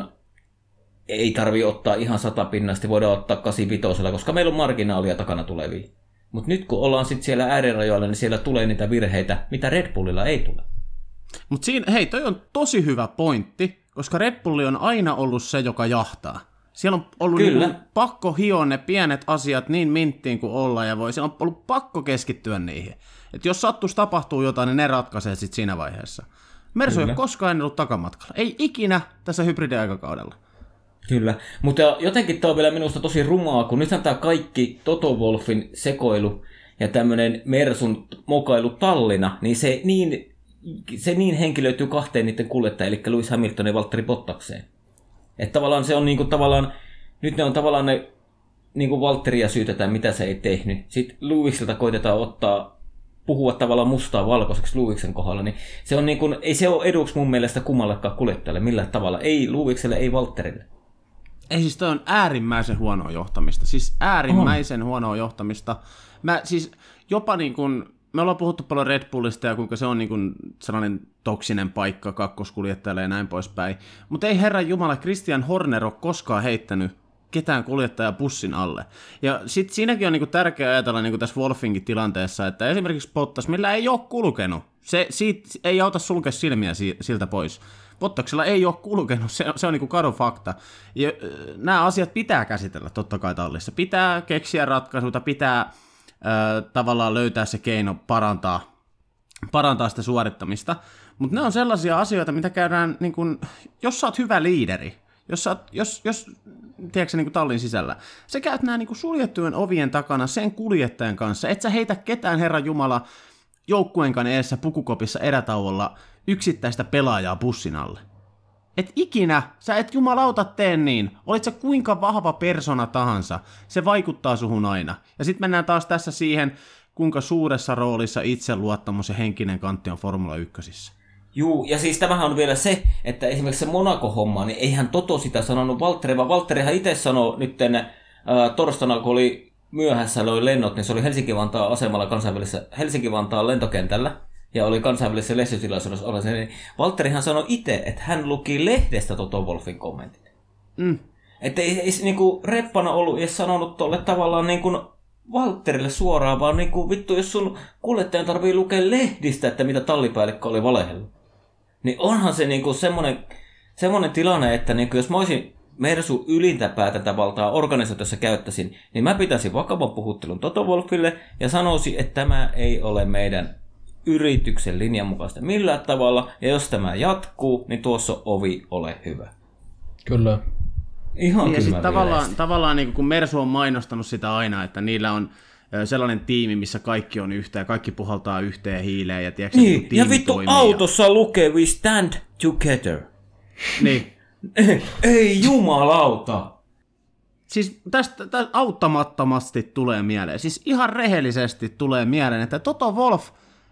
ei tarvitse ottaa ihan 100-pinnasti, voidaan ottaa 85, koska meillä on marginaalia takana tulevia. Mutta nyt kun ollaan sitten siellä äärirajoilla, niin siellä tulee niitä virheitä, mitä Red Bullilla ei tule. Mutta siinä, hei, toi on tosi hyvä pointti, koska Red Bulli on aina ollut se, joka jahtaa. Siellä on ollut niin pakko hioa ne pienet asiat niin minttiin kuin ollaan ja voi. Siellä on ollut pakko keskittyä niihin. Että jos sattuisi tapahtuu jotain, niin ne ratkaisee sitten siinä vaiheessa. Mersu ei ole koskaan ollut takamatkalla. Ei ikinä tässä hybridiaikakaudella. Kyllä, mutta jotenkin tämä on vielä minusta tosi rumaa, kun nythän tämä kaikki Toto Wolffin sekoilu ja tämmöinen Mersun mokailu Tallinna, niin se niin henkilöityy 2 niiden kuljettajia, eli Lewis Hamilton ja Valtteri Bottakseen. Että tavallaan se on niinku tavallaan, nyt ne on tavallaan ne niinku Valtteria syytetään, mitä se ei tehnyt. Sitten Lewisiltä koitetaan puhua tavallaan mustaa valkoiseksi Lewiksen kohdalla, niin se on niinku, ei se ole eduksi mun mielestä kummallekaan kuljettajalle millään tavalla. Ei Lewikselle, ei Valtterille. Ei siis toi on äärimmäisen huonoa johtamista. Siis äärimmäisen huonoa johtamista. jopa niin kuin, me ollaan puhuttu paljon Red Bullista ja kuinka se on niin kuin sellainen toksinen paikka kakkoskuljettajalle ja näin poispäin. Mutta ei herran jumala, Christian Horner ole koskaan heittänyt ketään kuljettajaa bussin alle. Ja sitten siinäkin on niinku tärkeää ajatella niinku tässä Wolfingin tilanteessa, että esimerkiksi Bottas, millä ei ole kulkenut, siitä ei auta sulkea silmiä siltä pois. Bottaksella ei ole kulkenut, se on niinku kadun fakta. Ja nämä asiat pitää käsitellä totta kai tallissa. Pitää keksiä ratkaisuja, pitää tavallaan löytää se keino parantaa sitä suorittamista. Mutta ne on sellaisia asioita, mitä käydään, niin kun, jos sä oot hyvä liideri, jos tiedätkö, niin kuin tallin sisällä, sä käyt nämä niin kuin suljettujen ovien takana sen kuljettajan kanssa, et sä heitä ketään, Herran Jumala, joukkueenkaan eessä pukukopissa erätauolla yksittäistä pelaajaa bussin alle. Et ikinä, sä et jumalauta tee niin, olit sä kuinka vahva persona tahansa, se vaikuttaa suhun aina. Ja sitten mennään taas tässä siihen, kuinka suuressa roolissa itseluottamus ja henkinen kantti on Formula 1. Juu, ja siis tämähän on vielä se, että esimerkiksi se Monaco-homma, niin eihän Toto sitä sanonut Valtteri, vaan Valtterihan itse sanoi nyt torstaina, kun oli myöhässä loi lennot, niin se oli Helsinki-Vantaan asemalla Helsinki-Vantaan lentokentällä, ja oli kansainvälisessä lehdistötilaisuudessa olla se, niin Valtterihan sanoi itse, että hän luki lehdestä Toto Wolffin kommentit. Että ei niinku reppana ollut edes sanonut tolle tavallaan niinku Valtterille suoraan, vaan niinku vittu, jos sun kuljettajan tarvii lukea lehdistä, että mitä tallipäällikkö oli valehellut. Niin onhan se niinku semmoinen tilanne, että niinku jos mä olisin Mersu ylintä päätäntävaltaa organisaatiossa käyttäisin, niin mä pitäisin vakavan puhuttelun Toto Wolffille ja sanoisin, että tämä ei ole meidän yrityksen linjan mukaista millään tavalla, ja jos tämä jatkuu, niin tuossa ovi ole hyvä. Kyllä. Ihan ja sitten tavallaan niin kun Mersu on mainostanut sitä aina, että niillä on sellainen tiimi, missä kaikki on yhtä ja kaikki puhaltaa yhteen hiileen. Ja, tiedätkö, niin, ja vittu toimii, autossa lukee we stand together. Niin. Ei jumalauta. Siis tästä auttamattomasti tulee mieleen, siis ihan rehellisesti tulee mieleen, että Toto Wolff,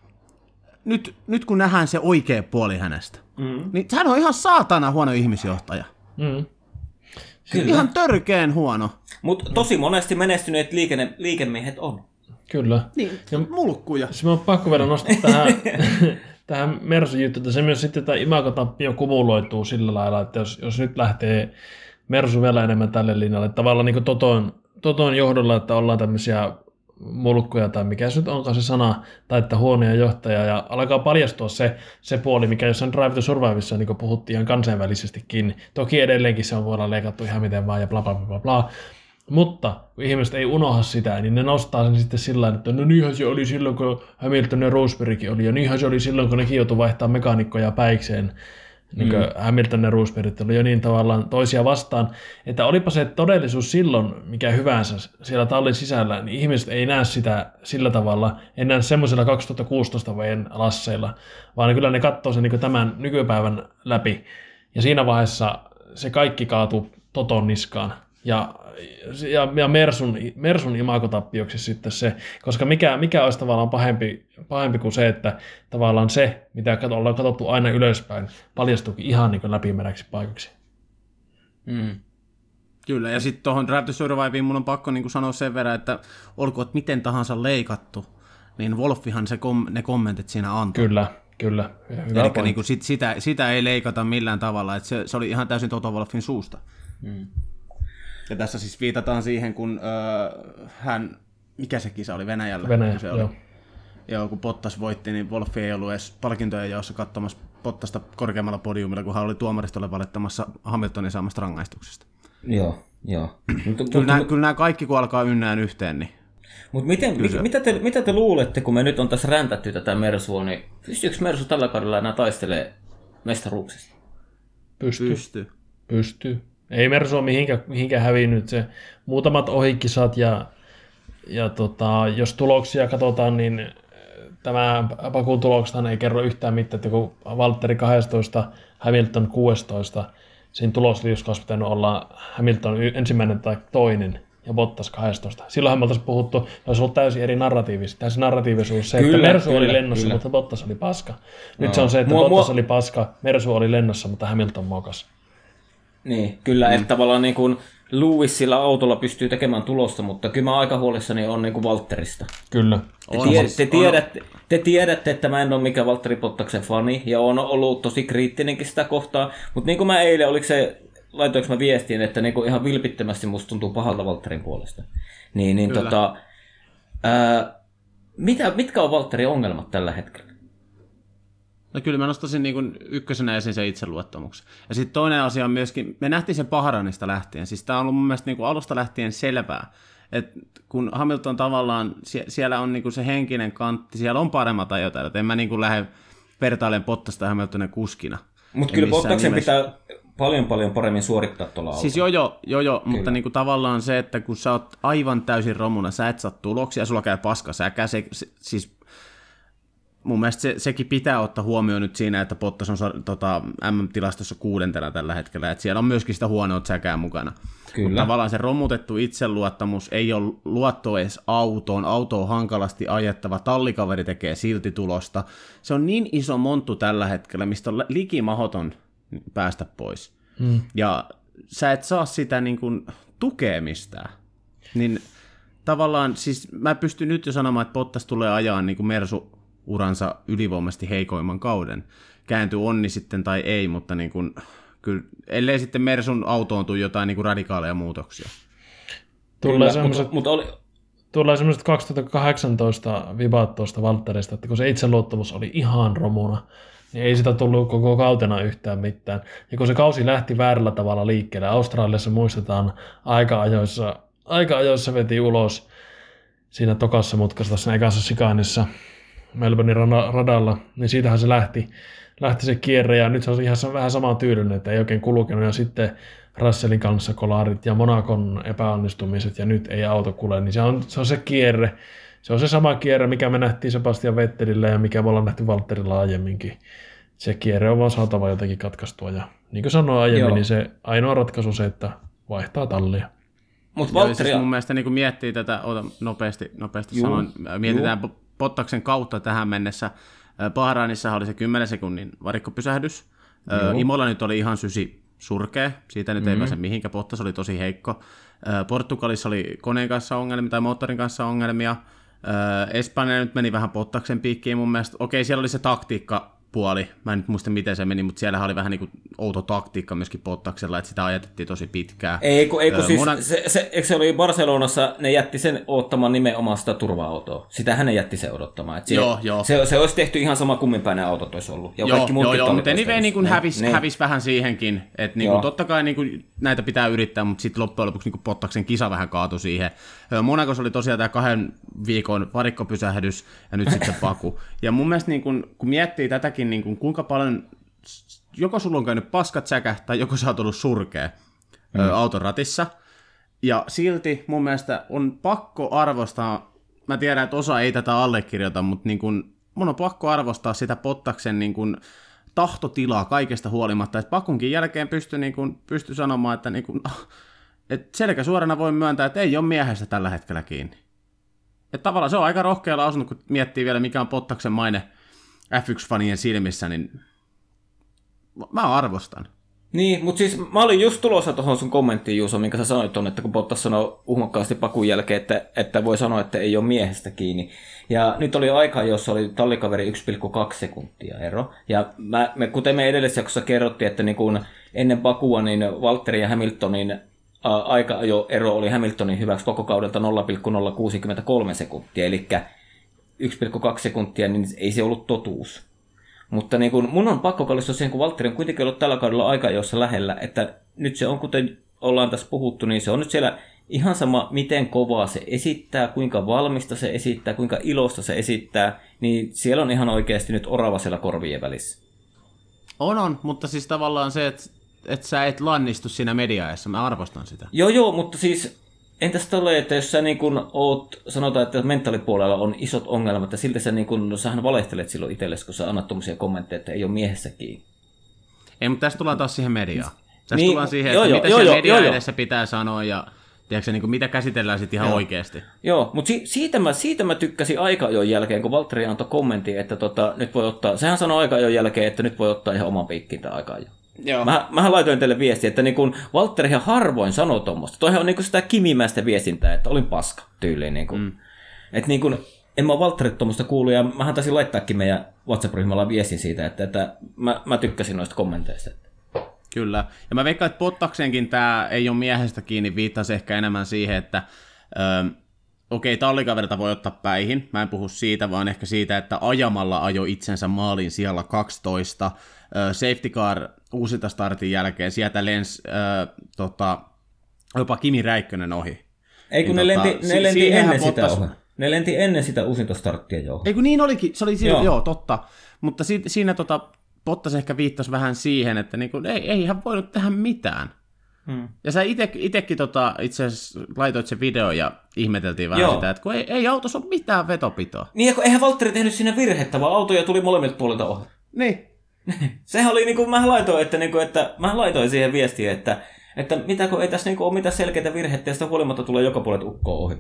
nyt kun nähdään se oikea puoli hänestä, niin hän on ihan saatana huono ihmisjohtaja. Kyllä. Ihan törkeen huono. Mutta tosi monesti menestyneet liikemiehet on. Kyllä. Niin, mulkkuja. Siis mä oon pakko vielä nostaa tähän Mersun juttuun, että se myös sitten tämä imagotappio kumuloituu sillä lailla, että jos nyt lähtee Mersu vielä enemmän tälle linjalle, tavallaan niin kuin Toton johdolla, että ollaan tämmöisiä mulkkuja tai mikä se nyt onkaan se sana, tai että huonoja johtajia, ja alkaa paljastua se puoli, mikä jossain Drive to Survivessa niin puhuttiin ihan kansainvälisestikin. Toki edelleenkin se on voidaan leikattu ihan miten vaan ja bla bla bla bla. Mutta kun ihmiset ei unoha sitä, niin ne nostaa sen sitten sillä tavalla, että no niinhän se oli silloin, kun Hamilton ja Roseberrykin oli, ja niinhän se oli silloin, kun nekin joutui vaihtaa mekaanikkoja päikseen. Niin kuin Hamilton ja Roseberryt oli jo niin tavallaan toisia vastaan, että olipa se todellisuus silloin, mikä hyvänsä siellä tallin sisällä, niin ihmiset ei näe sitä sillä tavalla, ei näe semmoisilla 2016 vuoden lasseilla, vaan kyllä ne katsoo sen niin tämän nykypäivän läpi. Ja siinä vaiheessa se kaikki kaatuu Toton niskaan. Ja Mersun imagotappioksi sitten se, koska mikä olisi tavallaan pahempi kuin se, että tavallaan se, mitä ollaan katsottu aina ylöspäin, paljastuukin ihan niin läpimeräksi paikaksi. Kyllä, ja sitten tuohon Drive to Surviveen mun on pakko niin sanoa sen verran, että olkoon miten tahansa leikattu, niin Wolffihan ne kommentit siinä antoi. Kyllä. Eli niin sitä ei leikata millään tavalla, että se oli ihan täysin Toto Wolffin suusta. Ja tässä siis viitataan siihen, kun mikä se kisa oli, Venäjällä? Se oli. Joo, kun Bottas voitti, niin Wolff ei ollut edes palkintojen jaossa katsomassa Bottasta korkeammalla podiumilla, kun hän oli tuomaristolle valittamassa Hamiltonin saamasta rangaistuksesta. Joo. Kyllä nämä kaikki, kun alkaa ynnään yhteen, niin... Mutta mitä te luulette, kun me nyt on tässä räntätty tätä Mersua, niin pystyykö Mersu tällä kaudella enää taistelee mestaruuksista? Pystyy. Ei Mersu ole mihinkään hävinnyt. Se muutamat ohikisat ja jos tuloksia katsotaan, niin tämä Bakun tuloksethan ei kerro yhtään mitään, että kun Valtteri 12, Hamilton 16, siinä tulosliussa olisi pitänyt olla Hamilton ensimmäinen tai toinen ja Bottas 12. Silloinhan me oltaisiin puhuttu, olisi ollut täysin eri narratiivisuus, se, että Mersu oli lennossa, mutta Bottas oli paska. Nyt se on se, että Bottas oli paska, Mersu oli lennossa, mutta Hamilton mokas. Niin, kyllä, että tavallaan niin kuin Lewis sillä autolla pystyy tekemään tulosta, mutta kyllä mä aika huolissani on niin Valtterista. Kyllä. Te tiedätte, että mä en ole mikään Valtteri Bottaksen fani, ja on ollut tosi kriittinenkin sitä kohtaa, mutta niin kuin mä eilen, laitoinko mä viestiin, että niin kuin ihan vilpittömästi musta tuntuu pahalta Valtterin puolesta. Mitkä on Valtterin ongelmat tällä hetkellä? No kyllä mä nostaisin niin kuin ykkösenä esiin sen itseluottamuksen. Ja sitten toinen asia on myöskin, me nähtiin sen Bahrainista lähtien, siis tämä on ollut mun mielestä niin kuin alusta lähtien selvää, että kun Hamilton tavallaan, siellä on niin kuin se henkinen kantti, siellä on paremmat ajotaidot, en mä niin kuin lähde vertailemaan Bottasta ja Hamiltonin kuskina. Mutta kyllä Bottaksen pitää paljon paremmin suorittaa tuolla autolla. Siis joo, mutta niinku tavallaan se, että kun sä oot aivan täysin romuna, sä et saa tuloksia, sulla käy paska säkä, siis mun mielestä sekin pitää ottaa huomioon nyt siinä, että Bottas on MM-tilastossa 6. tällä hetkellä, että siellä on myöskin sitä huonoa säkää mukana. Kyllä. Mutta tavallaan se romutettu itseluottamus ei ole luotto edes autoon, auto on hankalasti ajettava, tallikaveri tekee silti tulosta. Se on niin iso monttu tällä hetkellä, mistä on likimahoton päästä pois. Ja sä et saa sitä niin kuin tukea mistään. Niin tavallaan, siis mä pystyn nyt jo sanomaan, että Bottas tulee ajaa niin kuin Mersu-uransa ylivoimaisesti heikoimman kauden. Kääntyy onni sitten tai ei, mutta niin kuin, kyllä, ellei sitten Mersun autoon tule jotain niin kuin radikaaleja muutoksia. Tulee semmoiset 2018 vibaat tuosta Valtterista, että kun se itseluottamus oli ihan romuna, niin ei sitä tullut koko kautena yhtään mitään. Ja kun se kausi lähti väärällä tavalla liikkeelle, Australiassa muistetaan aika ajoissa veti ulos siinä tokassa mutkassa tässä ekassa sikainissa Melbournein radalla, niin siitähän se lähti se kierre, ja nyt se on ihan vähän sama tyylinen, että ei oikein kulkenut, ja sitten Russellin kanssa kolarit ja Monacon epäonnistumiset, ja nyt ei auto kulje, niin se on se kierre. Se on se sama kierre, mikä me nähtiin Sebastian Vettelillä ja mikä me ollaan nähty Valtterilla aiemminkin. Se kierre on vaan saatava jotenkin katkaistua. Ja niin kuin sanoin aiemmin, niin se ainoa ratkaisu se, että vaihtaa tallia. Mutta Valtteri siis mun mielestä niin miettii tätä, nopeasti sanoin, mietitään Bottaksen kautta tähän mennessä. Bahrainissa oli se 10 sekunnin varikkopysähdys. Imola nyt oli ihan surkea, siitä nyt ei pääse mihinkään, Bottas oli tosi heikko. Portugalissa oli koneen kanssa ongelmia tai moottorin kanssa ongelmia. Espanja nyt meni vähän Bottaksen piikkiin mun mielestä. Okei, siellä oli se taktiikkapuoli, mä en nyt muista miten se meni, mutta siellä oli vähän niin kuin outo taktiikka myöskin Bottaksella, että sitä ajatettiin tosi pitkään. Eikö se oli Barcelonassa, ne jätti sen odottamaan nimenomaan sitä turva-autoa. Sitähän ne jätti sen odottamaan. Joo. Se olisi tehty ihan sama kumminpäinen autot olisi ollut. Ja joo, mutta anyway niin hävisi vähän siihenkin, että niin totta kai niin näitä pitää yrittää, mutta sitten loppujen lopuksi niin Bottaksen kisa vähän kaatui siihen. Monacossa oli tosiaan tämä 2 viikon varikkopysähdys ja nyt sitten Baku. Ja mun mielestä niin kun miettii tätäkin, niin kuinka paljon, joko sulla on käynyt paskat säkä tai joko sä oot ollut surkea auton ratissa. Ja silti mun mielestä on pakko arvostaa, mä tiedän, että osa ei tätä allekirjoita, mutta niin kun, mun on pakko arvostaa sitä Bottaksen niin kun tahtotilaa kaikesta huolimatta. Että Bakunkin jälkeen pystyi sanomaan, että niin kun, et selkä suorana voi myöntää, että ei ole miehestä tällä hetkellä kiinni. Että tavallaan se on aika rohkea lausunut, kun miettii vielä, mikä on Bottaksen maine F1-fanien silmissä, niin mä arvostan. Niin, mutta siis mä olin just tulossa tuohon sun kommenttiin, Juuso, minkä sä sanoit tuonne, että kun Bottas sanoi uhmakkaasti Bakun jälkeen, että voi sanoa, että ei ole miehestä kiinni. Ja nyt oli aika, jossa oli tallikaveri 1,2 sekuntia ero. Ja kuten me edellisessä jaksossa kerrottiin, että niin kun ennen Bakua niin Valtteri ja Hamiltonin aika-ajo-ero oli Hamiltonin hyväksi koko kaudelta 0,063 sekuntia, eli 1,2 sekuntia, niin ei se ollut totuus. Mutta niin kun mun on pakko kallistua siihen, kun Valtteri on kuitenkin ollut tällä kaudella aika-ajoissa lähellä, että nyt se on, kuten ollaan tässä puhuttu, niin se on nyt siellä ihan sama, miten kovaa se esittää, kuinka valmista se esittää, kuinka ilosta se esittää, niin siellä on ihan oikeasti nyt orava siellä korvien välissä. On, mutta siis tavallaan se, että sä et lannistu siinä mediaessa, mä arvostan sitä. Joo, mutta siis entäs tolleen, että jos sä niin kun oot, sanotaan, että mentaalipuolella on isot ongelmat, ja silti sä niin kun, sähän valehtelet silloin itsellesi, kun sä annat tommosia kommentteja, että ei ole miehessä kiinni. Ei, mutta tässä tullaan taas siihen mediaan. Tässä tullaan siihen, että mitä se media edessä pitää sanoa, ja tiedätkö, niin kuin, mitä käsitellään sitten ihan oikeasti. Joo, mutta siitä mä tykkäsin aika-ajon jälkeen, kun Valtteri antoi kommentin, että nyt voi ottaa, sehän sanoi aika-ajon jälkeen, että nyt voi ottaa ihan oman piikkiin tämä aika-ajo. Mähän laitoin teille viestiä, että niin kuin Valtterihan harvoin sanoo tuommoista. Toihan on niin kuin sitä kimimäistä viestintää, että olin paska tyyliin. Niin kuin. Että niin kuin, en mä ole Valtterit tuommoista kuullut, ja mähän taisin laittaakin meidän WhatsApp-ryhmällä viestin siitä, että mä tykkäsin noista kommenteista. Kyllä, ja mä veikkaan, että Bottaksenkin tämä ei ole miehestä kiinni, viittasi ehkä enemmän siihen, että okei, tallikaverta voi ottaa päihin, mä en puhu siitä, vaan ehkä siitä, että ajamalla ajo itsensä maaliin siellä 12, safety car uusinta startin jälkeen, sieltä lensi jopa Kimi Räikkönen ohi. Ei kun niin, ne lenti ennen sitä ohi. Ne lenti ennen sitä uusinta starttia jo. Ei kun niin olikin, se oli joo totta, mutta siinä Bottas ehkä viittasi vähän siihen, että niinku, ei hän voinut tehdä mitään. Ja sä itekin itse asiassa laitoit sen video ja ihmeteltiin vähän sitä, että kun ei autossa ole mitään vetopitoa. Niin, ja kun eihän Valtteri tehnyt siinä virhettä, vaan autoja tuli molemmilta puolilta ohi. Niin. Sehän oli niin kuin mä laitoin siihen viestiä, että mitä kun ei tässä niin kuin ole mitään selkeitä virhettä, ja sitä huolimatta tulee joka puolelta ukkoa ohi.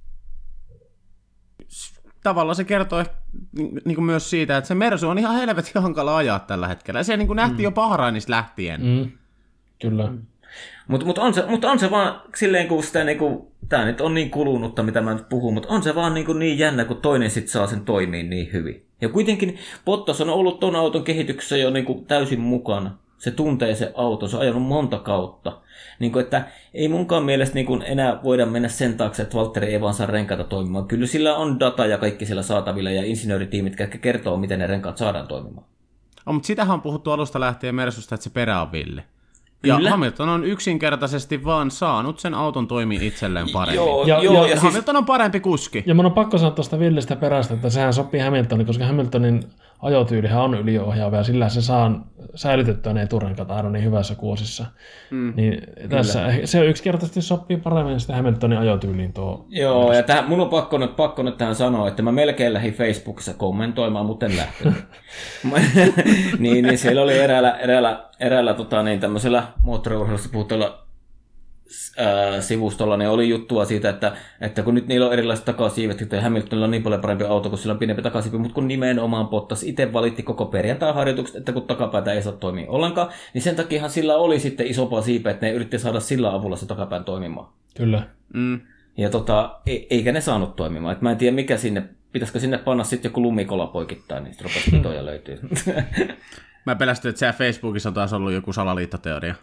Tavallaan se kertoo niin kuin myös siitä, että se Mersu on ihan helvetin hankala ajaa tällä hetkellä. Ja se niin kuin nähtiin jo Bahrainista lähtien. Kyllä. Mutta on se vaan silleen, kun sitä niinku, tää nyt on niin kulunutta, mitä mä nyt puhun, mutta on se vaan niin jännä, kun toinen sit saa sen toimiin niin hyvin. Ja kuitenkin Bottas on ollut ton auton kehityksessä jo niinku täysin mukana. Se tuntee se auto, se on ajanut monta kautta. Niin että ei munkaan mielestä niin enää voida mennä sen taakse, että Valtteri ei vaan saa renkaita toimimaan. Kyllä sillä on data ja kaikki siellä saatavilla ja insinööritiimit, jotka kertoo, miten ne renkaat saadaan toimimaan. Mutta sitähän on puhuttu alusta lähtien Mersusta, että se perä on villi. Ja kyllä. Hamilton on yksinkertaisesti vaan saanut sen auton toimia itselleen paremmin. Ja Hamilton on parempi kuski. Ja mun on pakko sanoa tuosta villistä perästä, että sehän sopii Hamiltonille, koska Hamiltonin ajotyylihän on yliohjaava ja sillä se saa säilytettyä ne eturenkaat aina niin hyvässä kuosissa. Niin tässä se yksinkertaisesti sopii paremmin sitten Hamiltonin ajotyyliin tuo. Joo, ja mun on pakko nyt tähän sanoa, että mä melkein lähdin Facebookissa kommentoimaan, mutta en lähtenyt. niin siellä oli eräällä tämmöisellä moottoriurheilusta puhutteella sivustolla, niin oli juttua siitä, että kun nyt niillä on erilaiset takasiivet, että Hamiltonilla on niin paljon parempi auto, kun sillä on pienempi takasiivi, mutta kun nimenomaan Bottas itse valitti koko perjantai-harjoitukset, että kun takapäätä ei saa toimia ollenkaan, niin sen takiahan sillä oli sitten isompaa siipeä, että ne yritti saada sillä avulla se takapään toimimaan. Kyllä. Ja eikä ne saanut toimimaan. Et mä en tiedä, pitäisikö sinne panna sitten joku lumikola poikittain, niin sitten rupesi pitoja löytyy. Mä pelästyin, että siellä Facebookissa on taas ollut joku salaliittoteoria.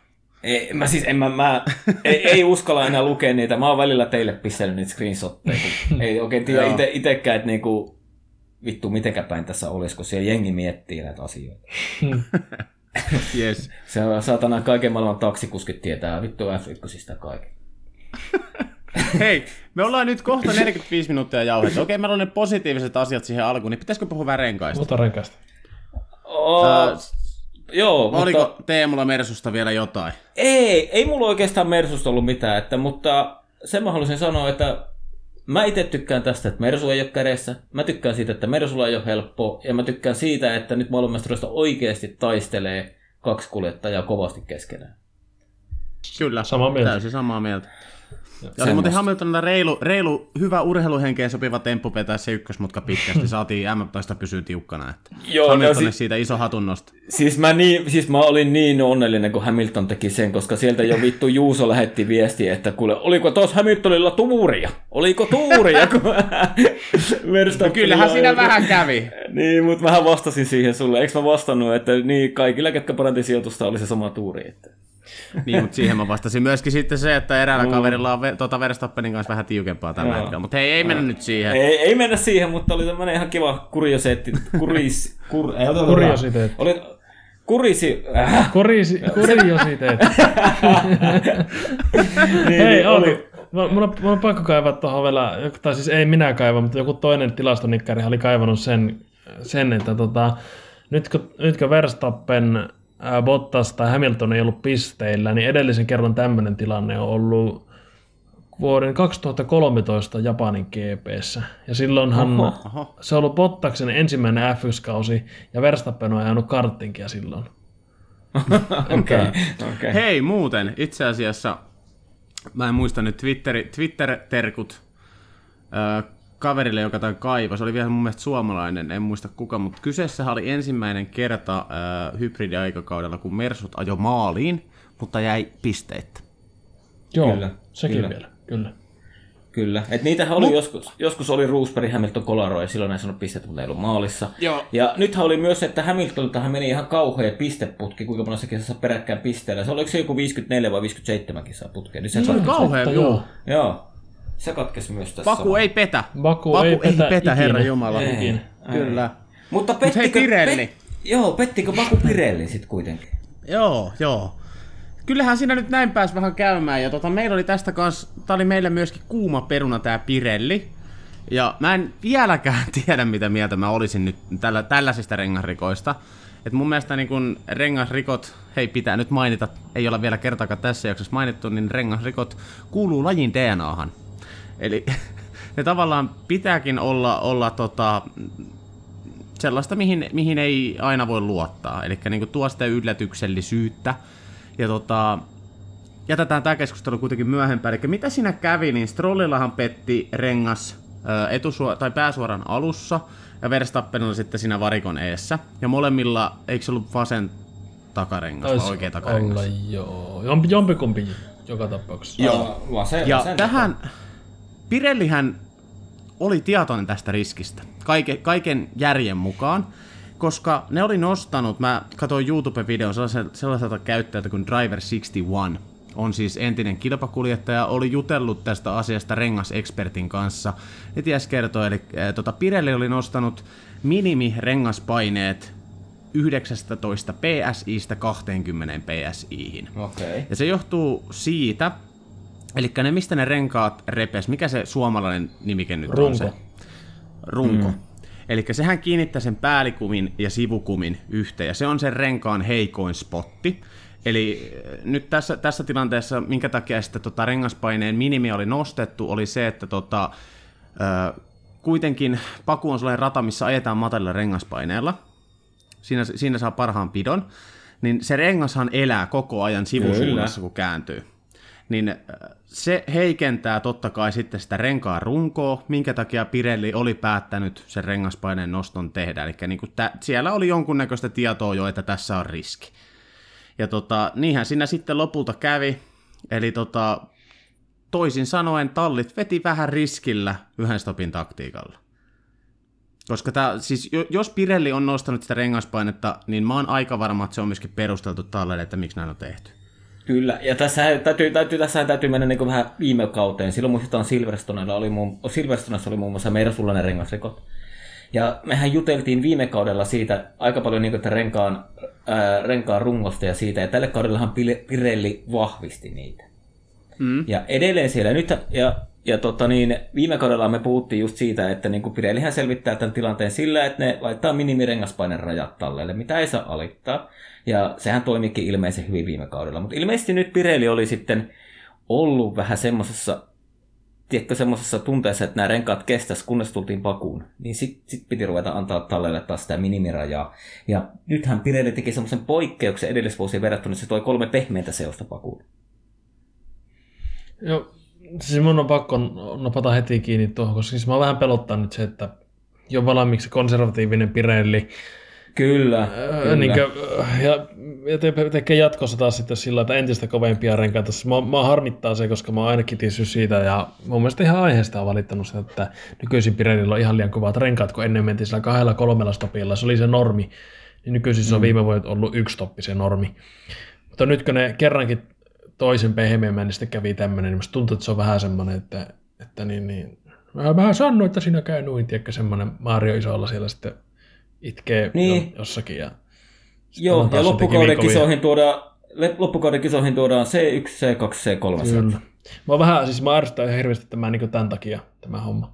Ei uskalla enää lukea niitä. Mä oon välillä teille pistellyt niitä screenshotteja. Ei oikein tiedä itsekään, että niinku, vittu mitenkä päin tässä olisi, kun siellä jengi miettii näitä asioita. Yes. Se on saatana kaiken maailman taksikuskit tietää vittu F1 kaiken. Hei, me ollaan nyt kohta 45 minuuttia jauhettu. Okei, meillä on ne positiiviset asiat siihen alkuun, niin pitäisikö puhua vähän renkaista? Puhutaan renkaista. Joo, oliko Teemulla Mersusta vielä jotain? Ei mulla oikeastaan Mersusta ollut mitään, mutta sen mä haluaisin sanoa, että mä itse tykkään tästä, että Mersu ei ole kädessä. Mä tykkään siitä, että Mersulla ei ole helppoa. Ja mä tykkään siitä, että nyt maailmanmestaruudesta oikeasti taistelee 2 kuljettajaa kovasti keskenään. Kyllä, täysin samaa mieltä. Ja oli muuten Hamiltonilla reilu, hyvä urheiluhenkeen sopiva temppu vetää se ykkösmutka pitkästi. Saatiin M-taista pysyä tiukkana. Että Hamiltonille siitä iso hatunnosto. Siis mä olin niin onnellinen, kun Hamilton teki sen, koska sieltä jo vittu Juuso lähetti viestiä, että kuule, oliko tos Hamiltonilla tuuria? Oliko tuuria? No kyllähän siinä vähän kävi. Niin, mutta mähän vastasin siihen sulle. Eikö mä vastannut, että niin, kaikilla, ketkä paranti sijoitusta, oli se sama tuuri. Että... Niin, mutta siihen mä vastasin myöskin sitten se, että eräällä kaverilla on Verstappenin kanssa vähän tiukempaa tällä hetkellä. Mutta hei, ei mennä nyt siihen. Ei mennä siihen, mutta oli tämmöinen ihan kiva kuriositeetti. Kuriositeetti. Hei, mun on pakko kaivaa tuohon vielä, tai siis ei minä kaiva, mutta joku toinen tilastonikkari oli kaivannut sen että nyt kun Verstappen, Bottas tai Hamilton ei ollut pisteillä, niin edellisen kerran tämmöinen tilanne on ollut vuoden 2013 Japanin GP:ssä. Ja silloinhan se on ollut Bottaksen ensimmäinen F1-kausi, ja Verstappen on ajanut karttinkia silloin. Okay. Hei, muuten, itse asiassa, mä en muista nyt Twitter-terkut, kaverille, joka tämän kaivasi. Se oli vielä mun mielestä suomalainen, en muista kuka, mutta kyseessä oli ensimmäinen kerta hybridiaikakaudella, kun Mersut ajoi maaliin, mutta jäi pisteitä. Joo, kyllä, sekin vielä, kyllä. Kyllä, että niitähän oli joskus oli Roosberg, Hamilton, Colaro ja silloin ei sanonut pisteet, mutta ei ollut maalissa. Joo. Ja nythän oli myös, että Hamiltoniltahan meni ihan kauhea pisteputki, kuinka monessa kisassa peräkkäin pisteellä. Se oliko se joku 54 vai 57 kisaa putkeen. Niin se oli kauhea, joo. Se katkesi myös tässä. Baku ei petä. Baku ei petä Herra Jumala. Ei. Kyllä. Mutta pettikö Baku Pirelli sitten kuitenkin? Joo. Kyllähän siinä nyt näin pääsi vähän käymään, ja meillä oli tästä kanssa, tää oli meille myöskin kuuma peruna tää Pirelli, ja mä en vieläkään tiedä mitä mieltä mä olisin nyt tällaisista rengasrikoista. Et mun mielestä niin kun rengasrikot, hei pitää nyt mainita, ei olla vielä kertaakaan tässä jaksossa mainittu, niin rengasrikot kuuluu lajin DNAhan. Eli ne tavallaan pitääkin olla sellaista, mihin ei aina voi luottaa, eli niin tuo sitä yllätyksellisyyttä. Ja jätetään tämä keskustelu kuitenkin myöhempään. Eli mitä siinä kävi, niin Strollillahan petti rengas pääsuoran alussa ja Verstappenilla sitten siinä varikon eessä. Ja molemmilla, eikö se ollut vasen takarengas vai oikea takarengas? Olla, joo. Jompikumpi joka tapauksessa. Joo. Vasen tähän Pirellihän oli tietoinen tästä riskistä, kaiken järjen mukaan. Koska ne oli nostanut, mä katsoin YouTube-videon sellaiselta käyttäjältä kuin Driver61, on siis entinen kilpakuljettaja, oli jutellut tästä asiasta rengasexpertin kanssa. Ne ties kertoo, eli Pirelli oli nostanut minimirengaspaineet 19 PSI:stä 20 PSI:hin. Okay. Ja se johtuu siitä, eli mistä ne renkaat repes, mikä se suomalainen nimike nyt on se? Runko. Eli sehän kiinnittää sen päälikumin ja sivukumin yhteen, ja se on sen renkaan heikoin spotti. Eli nyt tässä tilanteessa, minkä takia sitten rengaspaineen minimi oli nostettu, oli se, että kuitenkin Baku on sellainen rata, missä ajetaan matalilla rengaspaineella. Siinä saa parhaan pidon. Niin se rengashan elää koko ajan sivusuunnassa, kun kääntyy. Niin se heikentää totta kai sitten sitä renkaan runkoa, minkä takia Pirelli oli päättänyt sen rengaspaineen noston tehdä. Eli niin siellä oli jonkunnäköistä tietoa jo, että tässä on riski. Ja niinhän siinä sitten lopulta kävi. Eli toisin sanoen tallit veti vähän riskillä yhden stopin taktiikalla. Koska siis jos Pirelli on nostanut sitä rengaspainetta, niin mä oon aika varma, että se on myöskin perusteltu talleille, että miksi näin on tehty. Kyllä, ja tässä täytyy mennä niin vähän viime kauteen. Silloin muistetaan Silverstoneissa oli muun muassa Mersulla ne rengasrikot. Ja mehän juteltiin viime kaudella siitä aika paljon niin kuin, että renkaan rungosta ja siitä, ja tälle kaudellahan Pirelli vahvisti niitä. Ja edelleen siellä nyt, viime kaudella me puhuttiin just siitä, että niin kuin Pirellihän selvittää tämän tilanteen sillä, että ne laittaa minimirengaspainen rajat talleille, mitä ei saa alittaa. Ja sehän toimikin ilmeisen hyvin viime kaudella. Mutta ilmeisesti nyt Pirelli oli sitten ollut vähän semmoisessa tunteessa, että nämä renkaat kestäisi, kunnes tultiin Bakuun. Niin sit piti ruveta antaa talleille taas sitä minimirajaa. Ja nythän Pirelli teki semmoisen poikkeuksen edellisvuosien verrattuna, että se toi 3 pehmeitä seosta Bakuun. Joo, siis mun on pakko napata heti kiinni tuohon, koska siis mä vähän pelottaa nyt se, että jo valmiiksi konservatiivinen Pirelli. Kyllä. Ja tekee jatkossa taas sitten sillä, että entistä kovempia renkaita. Mä harmittaa se, koska mä oon ainakin tiessyt siitä, ja mun mielestä ihan aiheesta on valittanut sitä, että nykyisin Pirellillä on ihan liian kovat renkaat, kun ennen mentiin sillä 2-3 stopilla, se oli se normi, niin nykyisin se on viime vuodet ollut 1 stoppi se normi. Mutta nyt kun ne kerrankin toisen pehmeämmän, niin sitten kävi tämmöinen, niin musta tuntuu, että se on vähän semmoinen, että niin. Mä sanoin, että siinä käy noin, tiedätkö, semmoinen Mario Isolla siellä sitten itkee jossakin. Joo, ja loppukauden kisoihin tuodaan C1, C2, C3. Kyllä. Mä ärsytän ihan hirveästi tämän takia tämä homma.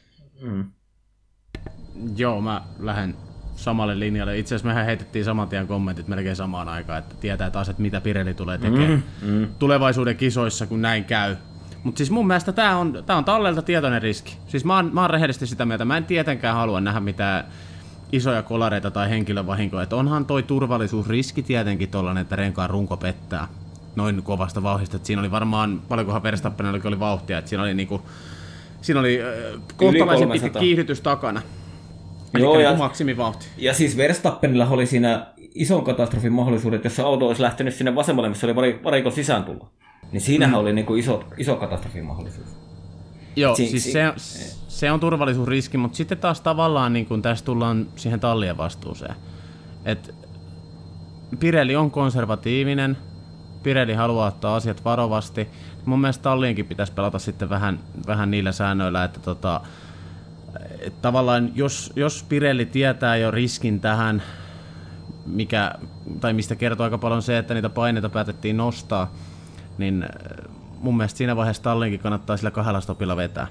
Joo, mä lähden samalle linjalle. Itse asiassa mehän heitettiin saman tien kommentit melkein samaan aikaan, että tietää taas, että mitä Pirelli tulee tekemään tulevaisuuden kisoissa, kun näin käy. Mutta siis mun mielestä tää on tallelta tietoinen riski. Siis mä oon rehellisesti sitä mieltä, mä en tietenkään halua nähdä mitään isoja kolareita tai henkilövahinkoja. Et onhan toi turvallisuusriski tietenkin tollanen, että renkaan runko pettää noin kovasta vauhdista. Et siinä oli varmaan, paljonkohan Verstappenilla oli vauhtia, että siinä oli niinku Siinä oli kohtalaisen pitkä kiihdytys takana. Joo, ja maksimivauhti. Ja siis Verstappenilla oli siinä ison katastrofin mahdollisuudet, jos se auto olisi lähtenyt sinne vasemmalle, missä oli varikon sisään tullut. Niin siinähän oli niinku iso katastrofin mahdollisuus. Joo, siis se on turvallisuusriski, mutta sitten taas tavallaan niin kun tässä tullaan siihen tallien vastuuseen. Et Pirelli on konservatiivinen, Pirelli haluaa ottaa asiat varovasti. Mun mielestä tallienkin pitäisi pelata sitten vähän niillä säännöillä, että tavallaan jos Pirelli tietää jo riskin tähän, mistä kertoo aika paljon se, että niitä paineita päätettiin nostaa, niin mun mielestä siinä vaiheessa tallinkin kannattaa sillä 2 stopilla vetää.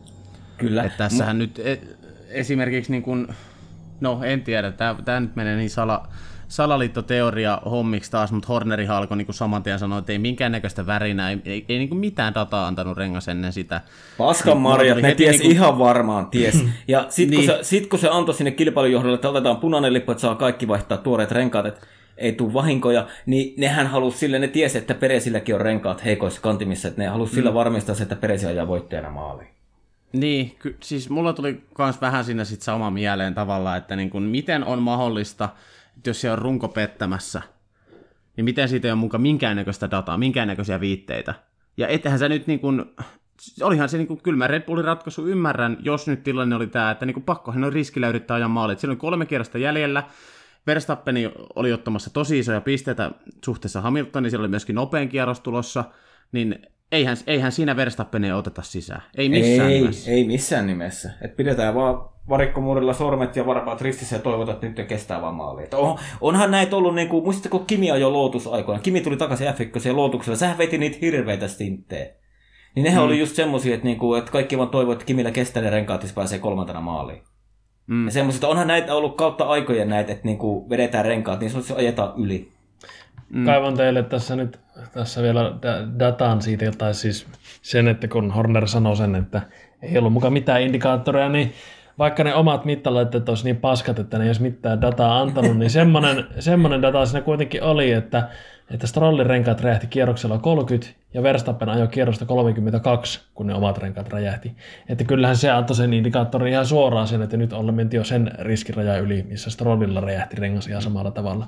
Kyllä. Että tässähän nyt esimerkiksi, niin kun, no en tiedä, tämä nyt menee niin salaliittoteoria hommiksi taas, mutta Hornerihan alkoi niin saman tien sanoa, että ei minkäännäköistä värinää, ei niin kuin mitään dataa antanut rengas ennen sitä. Paskan marjat, ne ties niin ihan varmaan, ties. Ja sit kun se antoi sinne kilpailujohdolle, että otetaan punainen lippu, että saa kaikki vaihtaa tuoreet renkaat, että ei tule vahinkoja, niin nehän halusi sille, ne tiesi, että Peresilläkin on renkaat heikoissa kantimissa, että ne halusi sillä varmistaa se, että Peresi ajaa voittajana maaliin. Niin, siis mulla tuli myös vähän siinä sit sama mieleen tavallaan, että niin kun, miten on mahdollista, että jos siellä on runko pettämässä, niin miten siitä ei ole mukaan minkäännäköistä dataa, minkäännäköisiä viitteitä. Ja ettehän se nyt niin kuin, olihan se niin kuin kylmä Red Bullin ratkaisu, ymmärrän, jos nyt tilanne oli tämä, että niin kuin pakkohan on riskillä yrittää ajaa maaliin. Siellä oli 3 kierrosta jäljellä, Verstappen oli ottamassa tosi isoja pisteitä suhteessa Hamiltoniin, siellä oli myöskin nopein kierros tulossa, niin eihän siinä Verstappenia oteta sisään. Ei missään nimessä. Ei missään nimessä. Et pidetään vaan varikkomuurilla sormet ja varpaat ristissä ja toivotaan, että nyt ne kestää vaan maaliin. Onhan näitä ollut, niin kuin, muistatko Kimi ajoi Lotus-aikoina? Kimi tuli takaisin F1 Lotuksella, sähän veti niitä hirveitä stinttejä. Niin nehän oli just semmosia, että, niinku, että kaikki vaan toivoo, että Kimillä kestää ne renkaat, jos pääsee 3. maaliin. Ja semmoiset, onhan näitä ollut kautta aikojen näitä, että niinku vedetään renkaat, niin se ajetaan yli. Kaivan teille tässä vielä datan siitä, tai siis sen, että kun Horner sanoi sen, että ei ollut mukaan mitään indikaattoreja, niin vaikka ne omat mittalaitteet olisi niin paskat, että ne ei olisi mitään dataa antanut, niin semmoinen data siinä kuitenkin oli, että Strollin renkaat räjähti kierroksella 30 ja Verstappen ajoi kierrosta 32, kun ne omat renkaat räjähti. Että kyllähän se antoi sen indikaattorin ihan suoraan sen, että nyt ollaan menty jo sen riskirajan yli, missä Strollilla räjähti rengas ihan samalla tavalla.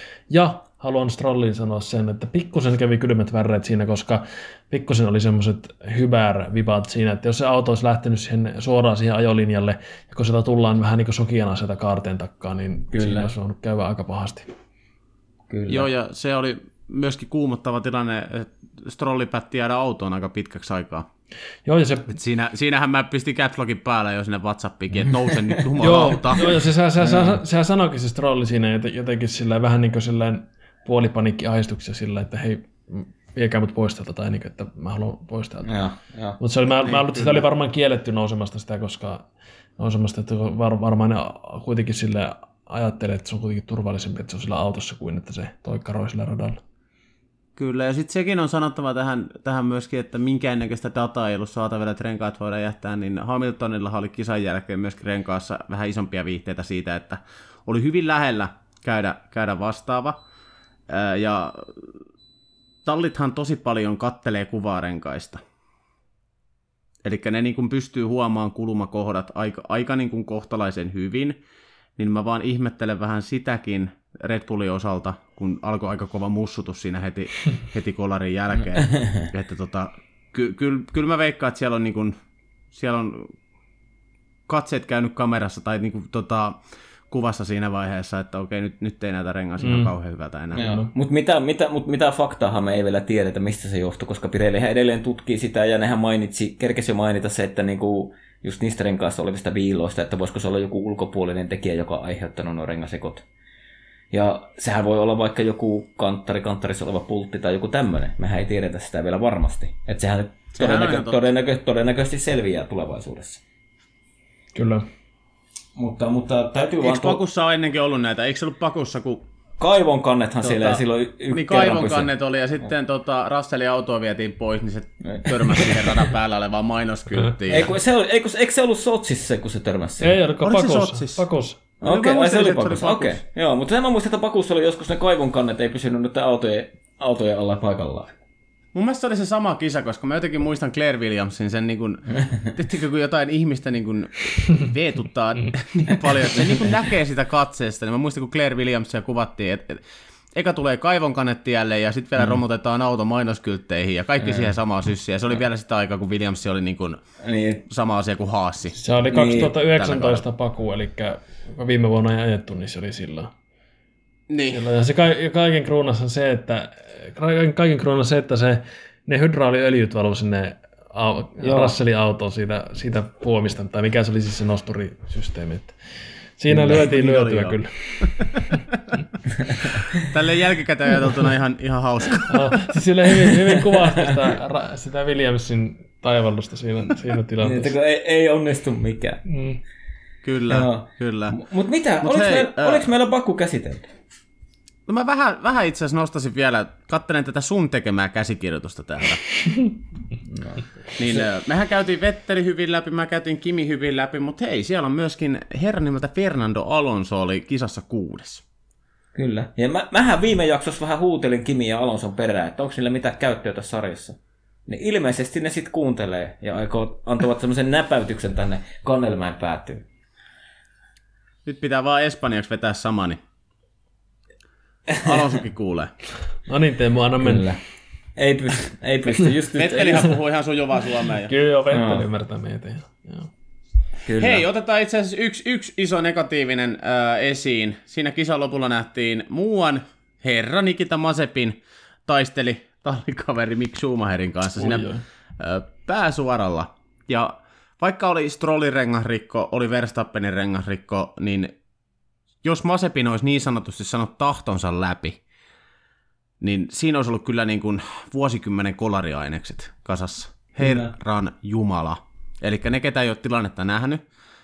Ja haluan Strollin sanoa sen, että pikkusen kävi kylmät väreet siinä, koska pikkusen oli semmoiset hyber-vibat siinä, että jos se auto olisi lähtenyt suoraan siihen ajolinjalle, ja kun sieltä tullaan vähän niin kuin sokijana sieltä kaarteen takkaa, niin siinä olisi voinut käydä aika pahasti. Kyllä. Joo, ja se oli myöskin kuumottava tilanne, että Strolli päätti jäädä autoon aika pitkäksi aikaa. Joo, ja siinähän mä pistin caps lockin päällä jo sinne WhatsAppiinkin, että nouse nyt jumalauta. Joo, ja sehän sanoikin se Strolli siinä jotenkin sillä vähän niin kuin silleen puolipaniikki-ahistuksia sillä, että hei, viekää mut pois täältä, tai niin, että mä haluan pois täältä. Mutta mä luulen, että sitä oli varmaan kielletty nousemasta sitä, koska että varmaan ne kuitenkin silleen ajattelee, että se on kuitenkin turvallisempi, että se on sillä autossa kuin että se toikkaroi sillä radalla. Kyllä, ja sitten sekin on sanottava tähän myöskin, että minkäännäköistä dataa ei ollut saatavilla, että renkaat voidaan jättää, niin Hamiltonilla oli kisan jälkeen myöskin renkaassa vähän isompia viitteitä siitä, että oli hyvin lähellä käydä vastaava. Ja tallithan tosi paljon kattelee kuvaa renkaista. Eli ne niin kuin pystyy huomaamaan kulmakohdat aika niin kuin kohtalaisen hyvin, niin mä vaan ihmettelen vähän sitäkin Red Bullin osalta, kun alkoi aika kova mussutus siinä heti kolarin jälkeen. Että kyllä mä veikkaan, että siellä on katseet käynyt kamerassa tai niin kuin kuvassa siinä vaiheessa, että okei, nyt ei näytä rengas ihan kauhean hyvältä enää. Mutta mitä faktaahan me ei vielä tiedetä, mistä se johtui, koska Pirellihän edelleen tutkii sitä, ja nehän kerkesi jo mainita se, että niinku just niistä renkaista olevista viiloista, että voisiko se olla joku ulkopuolinen tekijä, joka on aiheuttanut nuo rengasekot. Ja sehän voi olla vaikka joku kanttarissa oleva pultti tai joku tämmöinen. Mehän ei tiedetä sitä vielä varmasti. Että sehän todennäköisesti selviää tulevaisuudessa. Kyllä. Mutta täytyy vaan... Eikö pakussa ole ennenkin ollut näitä? Eikö se ollut pakussa, kun... Kaivon kannethan siellä ja silloin niin kaivon kannet oli ja sitten Russellin autoa vietiin pois, niin se törmäsi siihen radan päällä olevaan mainoskylttiin. Eikö se ollut Sotsissa, kun se törmäsi? Ei, oliko Pakus. Okei, se oli Pakus. Okei. Joo, mutta sen mä muistan, että Pakussa oli joskus ne kaivon kannet ei pysynyt nyt autojen alla paikallaan. Mun mielestä se oli se sama kisa, koska mä jotenkin muistan Claire Williamsin sen niin kuin, tehtikö kun jotain ihmistä niin kuin veetuttaa niin paljon, että se niin kuin näkee sitä katseesta. Niin mä muistan, kun Claire Williamsia kuvattiin, että eka tulee kaivonkanetielle ja sitten vielä romutetaan auto mainoskyltteihin ja kaikki siihen samaan syssiin. Ja se oli vielä sitä aikaa, kun Williams oli niin kuin sama asia kuin Haassi. Se oli 2019 Paku, eli viime vuonna ei ajettu, niin se oli silloin. Niin. Ja se kaiken kruunassa on se, että ne hydraaliöljyt valuu sinne Russellin autoon siitä puomista, tai mikä se oli siis se nosturisysteemi. Siinä lyötiin lyötyä kyllä. Tälleen jälkikäteen ajateltuna ihan hauska. Siis sille hyvin kuvasti sitä Williamsin taivallusta siinä tilanteessa. Niin, ei onnistu mikään. Kyllä. Mutta mitä? Oliko meillä Baku käsitelty? No mä vähän itse asiassa nostaisin vielä, katselen tätä sun tekemää käsikirjoitusta täältä. Niin, mehän käytiin Vetteli hyvin läpi, mä käytiin Kimi hyvin läpi, mutta hei, siellä on myöskin herran nimeltä Fernando Alonso oli kisassa 6. Kyllä. Ja mähän viime jaksossa vähän huutelin Kimi ja Alonson perään, että onko niillä mitään käyttöä tässä sarjassa. Niin ilmeisesti ne sitten kuuntelee ja antavat semmoisen näpäytyksen tänne Kannelmäen päätyyn. Nyt pitää vaan espanjaksi vetää sama, niin Alonsokin kuulee. No niin, Teemu, anna mennä. Ei pysty. Vettelihän puhuu ihan sujuvaa suomea. Kyllä joo, Vetteli ymmärtää meitä. Joo. Kyllä. Hei, otetaan itse asiassa yksi iso negatiivinen esiin. Siinä kisan lopulla nähtiin muuan herra Nikita Mazepin taisteli tallikaveri Mick Schumacherin kanssa siinä pääsuoralla. Ja vaikka oli Strollin rengasrikko, oli Verstappenin rengasrikko, niin jos Mazepin olisi niin sanotusti sanonut tahtonsa läpi, niin siinä olisi ollut kyllä niin kuin vuosikymmenen kolariainekset kasassa. Herran Jumala. Eli ne, ketä ei ole tilannetta nähnyt,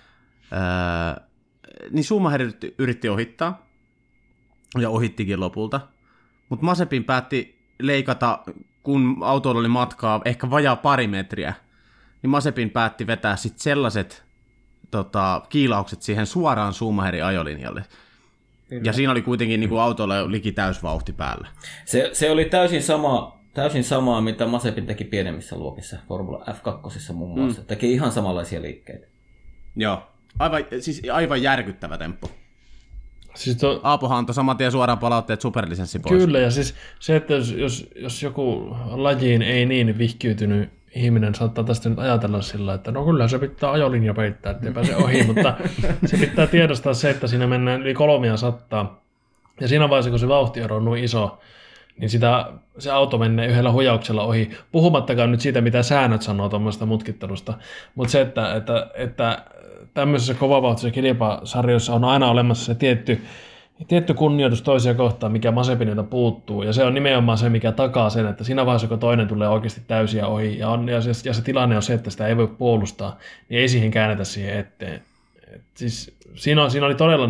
niin Schumacher yritti ohittaa, ja ohittikin lopulta. Mutta Mazepin päätti leikata, kun autolla oli matkaa ehkä vajaa pari metriä, niin Mazepin päätti vetää sitten sellaiset kiilaukset siihen suoraan Schumacherin ajolinjalle. Kyllä. Ja siinä oli kuitenkin niin kuin autolla liki täysvauhti päällä. Se oli täysin samaa, mitä Mazepin teki pienemmissä luokissa, Formula F2 muun muassa. Teki ihan samanlaisia liikkeitä. Joo, aivan järkyttävä temppu. Siis Aapohan antoi saman tien suoraan palautteet superlisenssi pois. Kyllä, ja siis se, että jos joku lajiin ei niin vihkiytynyt ihminen saattaa tästä nyt ajatella sillä, että no kyllä se pitää ajolinja peittää, ettei pääse ohi, mutta se pitää tiedostaa se, että siinä mennään yli 300. Ja siinä vaiheessa, kun se vauhtiero on noin iso, niin se auto menee yhdellä huijauksella ohi. Puhumattakaan nyt siitä, mitä säännöt sanoo tuommoista mutkittelusta. Mutta se, että tämmöisessä kovavauhtisessa kilpasarjoissa on aina olemassa se tietty kunnioitus toisia kohtaan, mikä Mazepinilta puuttuu. Ja se on nimenomaan se, mikä takaa sen, että siinä vaiheessa, kun toinen tulee oikeasti täysiä ohi, ja se tilanne on se, että sitä ei voi puolustaa, niin ei siihen käännetä siihen eteen. Siis, siinä oli todella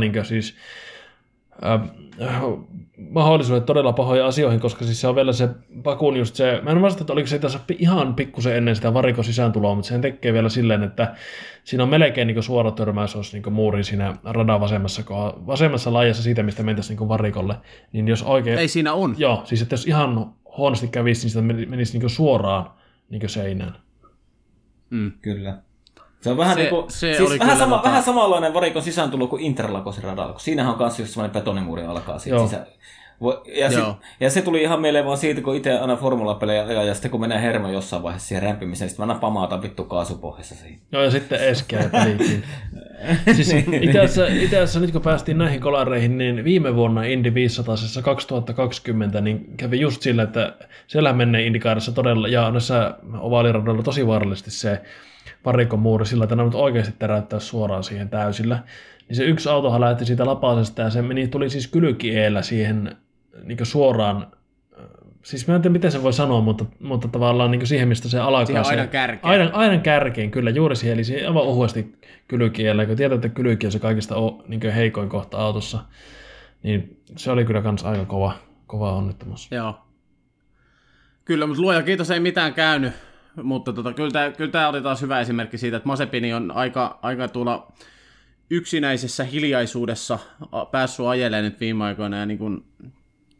mahdollisuudet todella pahoja asioihin, koska siis se on vielä se Bakun just se, mä en muista, että oliko se tässä ihan pikkusen ennen sitä varikon sisääntuloa, mutta sen tekee vielä silleen, että siinä on melkein niin suora törmäys olisi niin muuriin siinä radan vasemmassa laajassa siitä, mistä mentäisiin niin varikolle. Niin jos oikein, ei siinä on. Joo, siis että jos ihan huonosti kävisi, niin sitä menisi niin suoraan niin seinään. Kyllä. Se on vähän, vähän samanlainen varikon sisääntulo kuin Interlacosin radalla, kun siinähän on myös just semmoinen betonimuuri alkaa siitä sisään. Ja se tuli ihan mieleen vaan siitä, kun itse aina formulapelejä ajaa, ja sitten kun menee hermo jossain vaiheessa siihen rämpimiseen, niin sitten mä aina pamautan vittu kaasupohjassa siihen. Joo, ja sitten eskeä pelikin. Siis itse asiassa nyt kun päästiin näihin kolareihin, niin viime vuonna Indy 500 2020 niin kävi just sillä, että siellä menee Indycarissa todella, ja noissa ovaaliradoilla tosi vaarallisesti se varikon muuri sillä, että ne nyt oikeasti täräyttää suoraan siihen täysillä. Niin se yksi autohan lähti siitä lapasesta, ja se tuli siis kylkieellä siihen niin suoraan, siis mä en tiedä miten se voi sanoa, mutta tavallaan niin siihen, mistä se alkaa. Siihen aidan kärkeen. Aidan kärkeen, kyllä, juuri siihen, eli siihen aivan ohuesti kylkiellä, kun tiedät, että kylki on se kaikista niin heikoin kohta autossa, niin se oli kyllä kans aika kova onnettomuus. Joo. Kyllä, mutta luoja kiitos, ei mitään käynyt, mutta kyllä tämä oli taas hyvä esimerkki siitä, että Mazepin on aika tuolla yksinäisessä hiljaisuudessa päässyt ajelemaan nyt viime aikoina, ja niin kuin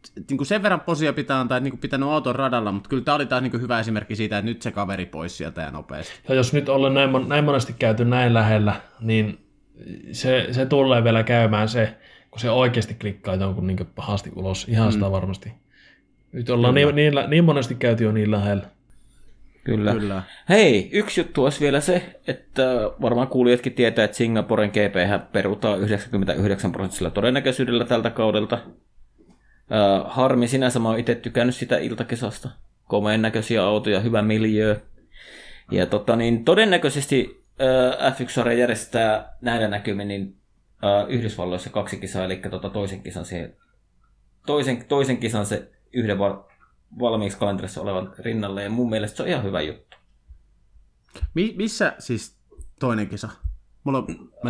niin sen verran posia pitää antaa, että niin pitänyt auton radalla, mutta kyllä tämä oli taas niin hyvä esimerkki siitä, että nyt se kaveri pois sieltä ja nopeasti. Ja jos nyt ollaan näin monesti käyty näin lähellä, niin se tulee vielä käymään se, kun se oikeasti klikkaa jonkun niin pahasti ulos. Ihan sitä varmasti. Nyt ollaan niin monesti käyty jo niin lähellä. Kyllä. Hei, yksi juttu olisi vielä se, että varmaan kuulijatkin tietää, että Singaporen GP perutaan 99% todennäköisyydellä tältä kaudelta. Harmi sinänsä, mä oon itse tykännyt sitä iltakisasta. Komeen näköisiä autoja, hyvä miljöö. Ja todennäköisesti F1-sarja järjestää näillä näkymin niin, Yhdysvalloissa 2 kisaa, eli toisen kisan se yhden valmiiksi kalenterissa olevan rinnalle, ja mun mielestä se on ihan hyvä juttu. Missä siis toinen kisa? Mulla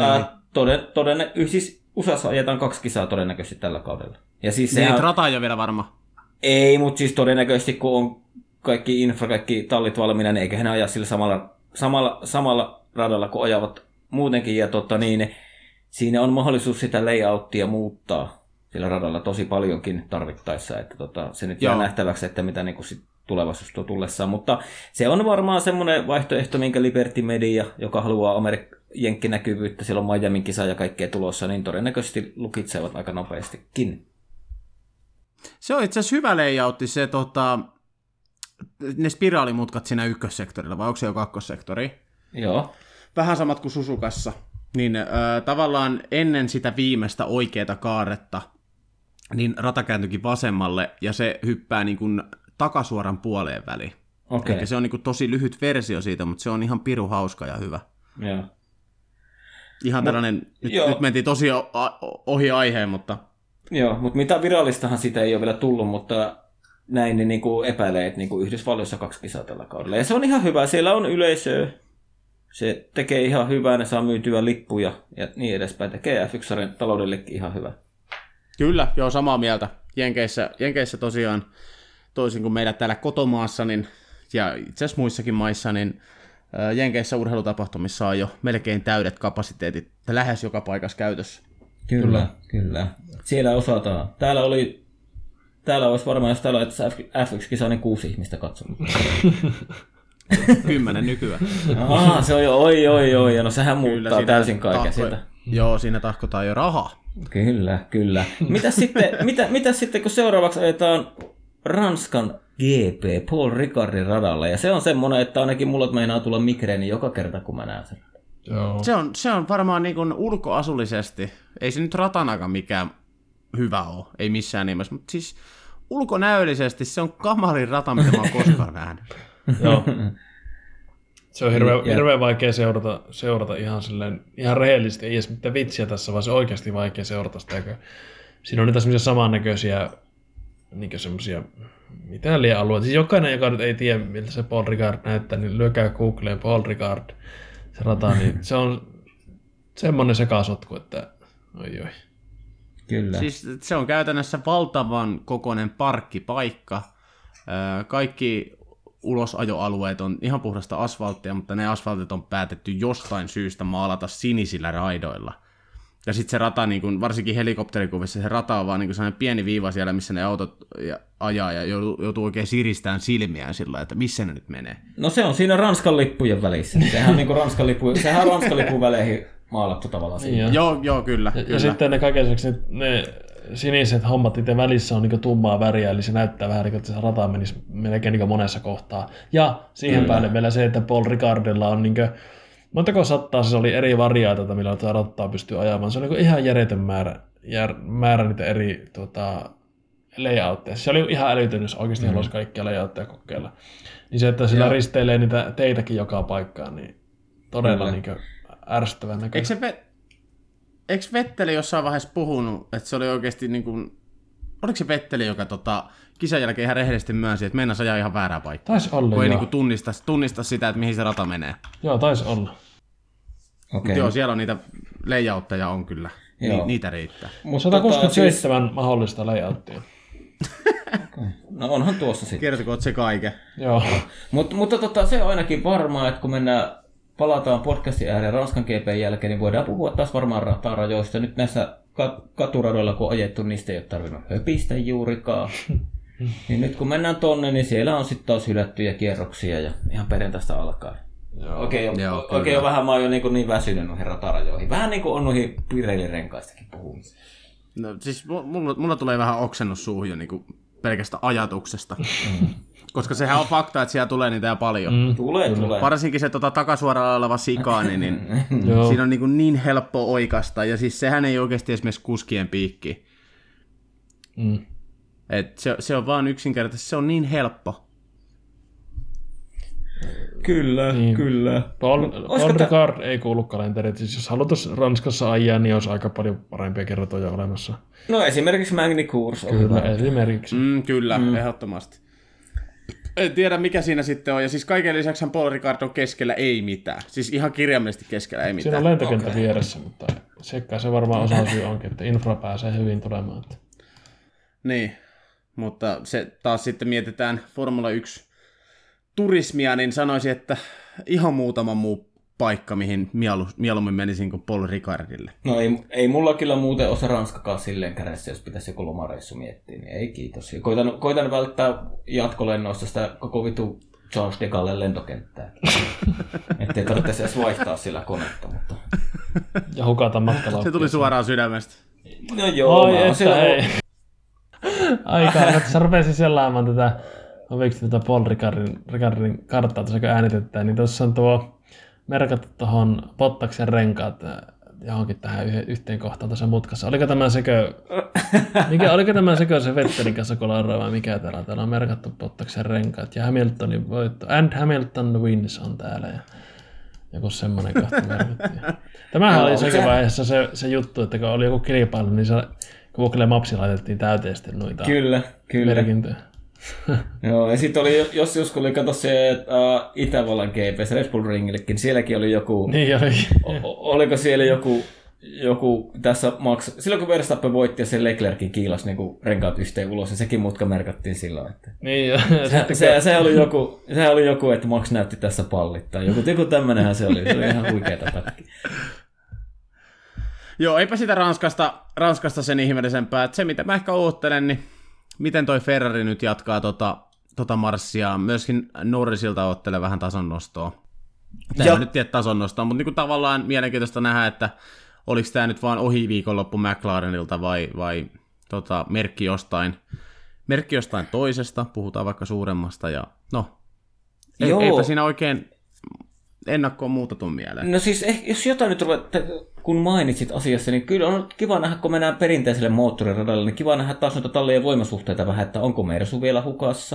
siis USAssa ajetaan 2 kisaa todennäköisesti tällä kaudella. Ja siis niin, rata ei ole vielä varma. Ei, mutta siis todennäköisesti kun on kaikki infra, kaikki tallit valmiina, niin eiköhän ne ajaa sillä samalla radalla, kun ajavat muutenkin. Ja siinä on mahdollisuus sitä layouttia muuttaa sillä radalla tosi paljonkin tarvittaessa. Että se nyt jää nähtäväksi, että mitä niin sit tulevaisuus tuo tullessaan. Mutta se on varmaan semmoinen vaihtoehto, minkä Liberty Media, joka haluaa jenkkinäkyvyyttä, siellä on Miamin kisa ja kaikkea tulossa, niin todennäköisesti lukitsevat aika nopeastikin. Se on itse asiassa hyvä layoutti, se ne spiraalimutkat siinä ykkössektorilla, vai onko se jo kakkossektori? Joo. Vähän samat kuin Suzukassa. Niin tavallaan ennen sitä viimeistä oikeaa kaaretta, niin rata kääntyikin vasemmalle, ja se hyppää niin kuin takasuoran puoleen väliin. Okay. Eli se on niin kuin tosi lyhyt versio siitä, mutta se on ihan pirun hauska ja hyvä. Joo. Ihan tällainen, nyt mentiin tosi ohi aiheen, mutta... Joo, mutta mitä virallistahan sitä ei ole vielä tullut, mutta näin niin kuin epäilee, että niin kuin Yhdysvalloissa 2 kisaa tällä kaudella. Ja se on ihan hyvä, siellä on yleisöä, se tekee ihan hyvää, ne saa myytyä lippuja ja niin edespäin. Tekee F1-sarjan taloudellekin ihan hyvä. Kyllä, joo, samaa mieltä. Jenkeissä tosiaan, toisin kuin meillä täällä kotomaassa, niin, ja itse asiassa muissakin maissa, niin Jenkeissä urheilutapahtumissa on jo melkein täydet kapasiteetit lähes joka paikassa käytössä. Kyllä. Siellä osataan. Täällä olisi varmaan, jos täällä olisi F1-kisa, niin 6 ihmistä katsomassa. 10 nykyään. Se on jo, oi. No sehän muuttaa kyllä, täysin kaiken sitä. Joo, siinä tahkotaan jo rahaa. Kyllä. Mitä sitten, kun seuraavaksi ajetaan Ranskan GP Paul Ricardin radalla, ja se on semmoinen, että ainakin mulla meinaa tulla migreeni joka kerta, kun mä näen sen. Joo. Se on varmaan niin kuin ulkoasullisesti, ei se nyt ratanakaan mikään hyvä ole, ei missään nimessä, mutta siis ulkonäöllisesti se on kamalin rata, mitä mä oon koskaan nähnyt. Joo. Se on hirveän vaikea seurata ihan rehellisesti, ei edes mitään vitsiä tässä, vaan se on oikeasti vaikea seurata sitä. Siinä on niitä semmoisia samannäköisiä, niin semmoisia, mitä liian alueita. Siis jokainen, joka nyt ei tiedä, miltä se Paul Ricard näyttää, niin lyökää Googleen Paul Ricard, se rata, niin se on semmoinen sekasotku, että oi. Kyllä. Siis se on käytännössä valtavan kokoinen parkkipaikka. Kaikki ulosajoalueet on ihan puhdasta asfalttia, mutta ne asfaltit on päätetty jostain syystä maalata sinisillä raidoilla. Ja sitten se rata, niin kun, varsinkin helikopterikuvissa, se rata on vaan niin sellainen pieni viiva siellä, missä ne autot ajaa ja joutuu oikein siristään silmiään sillä, että missä ne nyt menee. No se on siinä Ranskan lippujen välissä. Sehän on niin Ranskan lipun väleihin maalattu tavallaan siinä. Joo, kyllä. Ja sitten ne kaikenlaisesti ne siniset hommat itse välissä on niin tummaa väriä, eli se näyttää vähän niin kuin, että se rata menisi melkein niin monessa kohtaa. Ja siihen päälle vielä se, että Paul Ricardilla on niin kuin, montako sattaa se oli eri variaatioita, millä tuota rattaa pystyy ajamaan. Se on niin ihan järjetön määrä niitä eri layoutteja. Se oli ihan älytön, jos oikeasti haluaisi kaikkia layoutteja kokeilla. Niin se, että sillä risteilee niitä teitäkin joka paikkaan, niin todella niin ärsyttävän näköinen. Eikö Vetteli jossain vaiheessa puhunut, että se oli oikeasti niin kuin, oliko se Vetteli, joka kisan jälkeen ihan rehellisesti myönsi, että mennä ajaa ihan väärää paikkaa? Taisi olla, kun ei niin tunnista sitä, että mihin se rata menee. Joo, taisi olla. Okay. Joo, siellä on niitä layoutteja on kyllä. Niitä riittää. 167 mahdollista layouttia. Okay. No onhan tuossa sitten. Kertokoot se kaiken. Joo. Mutta se on ainakin varmaa, että kun palataan podcastin ääreen Ranskan GP:n jälkeen, niin voidaan puhua taas varmaan ratarajoista. Nyt näissä katuradoilla kun on ajettu, niistä ei ole tarvinnut höpistä juurikaan. Niin nyt kun mennään tonne, niin siellä on sitten taas hylättyjä kierroksia ja ihan perjantaista alkaen. Oikein on vähän, mä oon jo niin väsynyt noihin ratarajoihin. Vähän niin kuin on noihin Pirelli-renkaistakin puhumista. No siis mulla tulee vähän oksennus suuhun jo niin pelkästä ajatuksesta. Koska sehän on fakta, että siellä tulee niitä ja paljon. Tulee. Varsinkin se takasuoralla oleva sikaani, niin siinä on niin helppo oikasta. Ja siis sehän ei oikeasti esimerkiksi kuskien piikki. Et se on vaan yksinkertaisesti, se on niin helppo. Kyllä. Paul Ricard ei kuulu kalenteriin. Siis jos halutaan Ranskassa ajaa, niin olisi aika paljon parempia kertoja olemassa. No esimerkiksi Magny Cours. Kyllä, esimerkiksi. Kyllä, ehdottomasti. En tiedä mikä siinä sitten on. Ja siis kaiken lisäksi Paul Ricard on keskellä ei mitään. Siis ihan kirjaimellisesti keskellä ei mitään. Siinä on lentokenttä vieressä, mutta se varmaan osasyy onkin, että infra pääsee hyvin tulemaan. Niin, mutta se taas sitten mietitään Formula 1 turismia, niin sanoisin, että ihan muutama muu paikka, mihin mieluummin menisin kuin Paul Ricardille. No ei mulla kyllä muuten osa Ranskakaan silleen kädessä, jos pitäisi joku lomareissu miettiä, niin ei kiitos. Koitan välttää jatkolennoista sitä koko vitu Charles de Galle lentokenttää. Ettei tarvitse edes vaihtaa sillä konetta, mutta... Ja hukata matkalaukkia. Se tuli suoraan sydämestä. No joo, Aikaa, että sä rupesin selaamaan tätä, Paul Ricardin karttaa, tuossa kun äänitetään, niin tuossa on merkattu tuohon Bottaksen renkaat johonkin tähän yhteen kohtaan tuossa mutkassa. Oliko tämä sekö se Vettelin kanssa kolaroa vai mikä täällä on merkattu Bottaksen renkaat ja Hamiltonin voitto. And Hamilton wins on täällä ja joku semmoinen kohta merkattiin. Tämähän oli sekin vaiheessa se juttu, että kun oli joku kilpailu, niin se Google Mapsi laitettiin täyteen sitten noita merkintöjä. Joo, ja sitten oli, jos kun oli kato se Itävallan GP, Red Bull Ringillekin, sielläkin oli joku, niin oli. Oliko siellä joku tässä silloin kun Verstappen voitti ja se Leclerkin kiilasi niin renkaat yhteen ulos, ja sekin mutka merkattiin silloin, että niin, se oli joku, että Max näytti tässä pallittaa, joku tämmönenhän se oli ihan huikeeta pätkiä. Joo, eipä sitä Ranskasta sen ihmeellisempää, että se mitä mä ehkä oottelen, niin miten toi Ferrari nyt jatkaa tota marssia. Myöskin Norrisilta oottelen vähän tasonnostoa. Tämä nyt tiedä tasonnostoa, mutta niinku tavallaan mielenkiintoista nähdä, että oliko tämä nyt vaan ohi viikonloppu McLarenilta vai merkki jostain toisesta, puhutaan vaikka suuremmasta. Ja no, eipä siinä oikein ennakkoon muuta tuu mieleen. No siis jos jotain nyt kun mainitsit asiassa, niin kyllä on kiva nähdä, kun mennään perinteiselle moottoriradalle, niin kiva nähdä taas noita tallien voimasuhteita vähän, että onko Mersu vielä hukassa.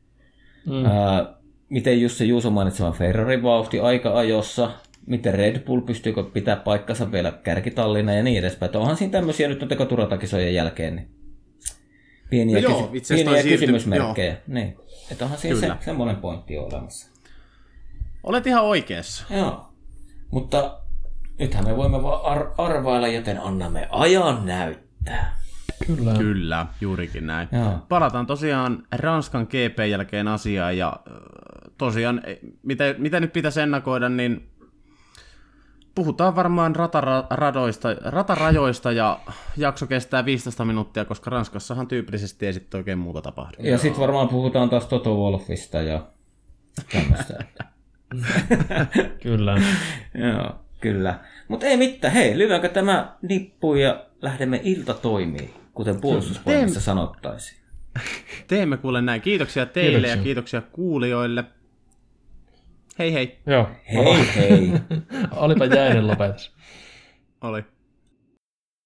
Miten just se Juuso mainitsevan Ferrarin vauhti aika-ajossa, miten Red Bull pystyykö pitää paikkansa vielä kärkitallina ja niin edespäin. Että onhan siinä tämmöisiä nyt noita katuratakisojen jälkeen, niin pieniä kysymysmerkkejä. Niin. Että onhan siinä semmoinen pointti olemassa. Olet ihan oikeassa. Joo, mutta nythän me voimme vaan arvailla, joten annamme ajan näyttää. Kyllä, juurikin näin. Joo. Palataan tosiaan Ranskan GP jälkeen asiaan ja tosiaan, mitä nyt pitäisi ennakoida, niin puhutaan varmaan ratarajoista ja jakso kestää 15 minuuttia, koska Ranskassahan tyypillisesti ei sitten oikein muuta tapahdu. Ja sitten varmaan puhutaan taas Toto Wolffista ja tämmöistä. Kyllä. Joo, kyllä. Mutta ei mitään, hei, lyödäänkö tämä nippuun ja lähdemme iltatoimiin, kuten puolustusvoimissa sanottaisiin. Teemme kuule näin. Kiitoksia teille ja kiitoksia kuulijoille. Hei hei. Joo. Hei hei. Olipa jäinen lopetus. Oli.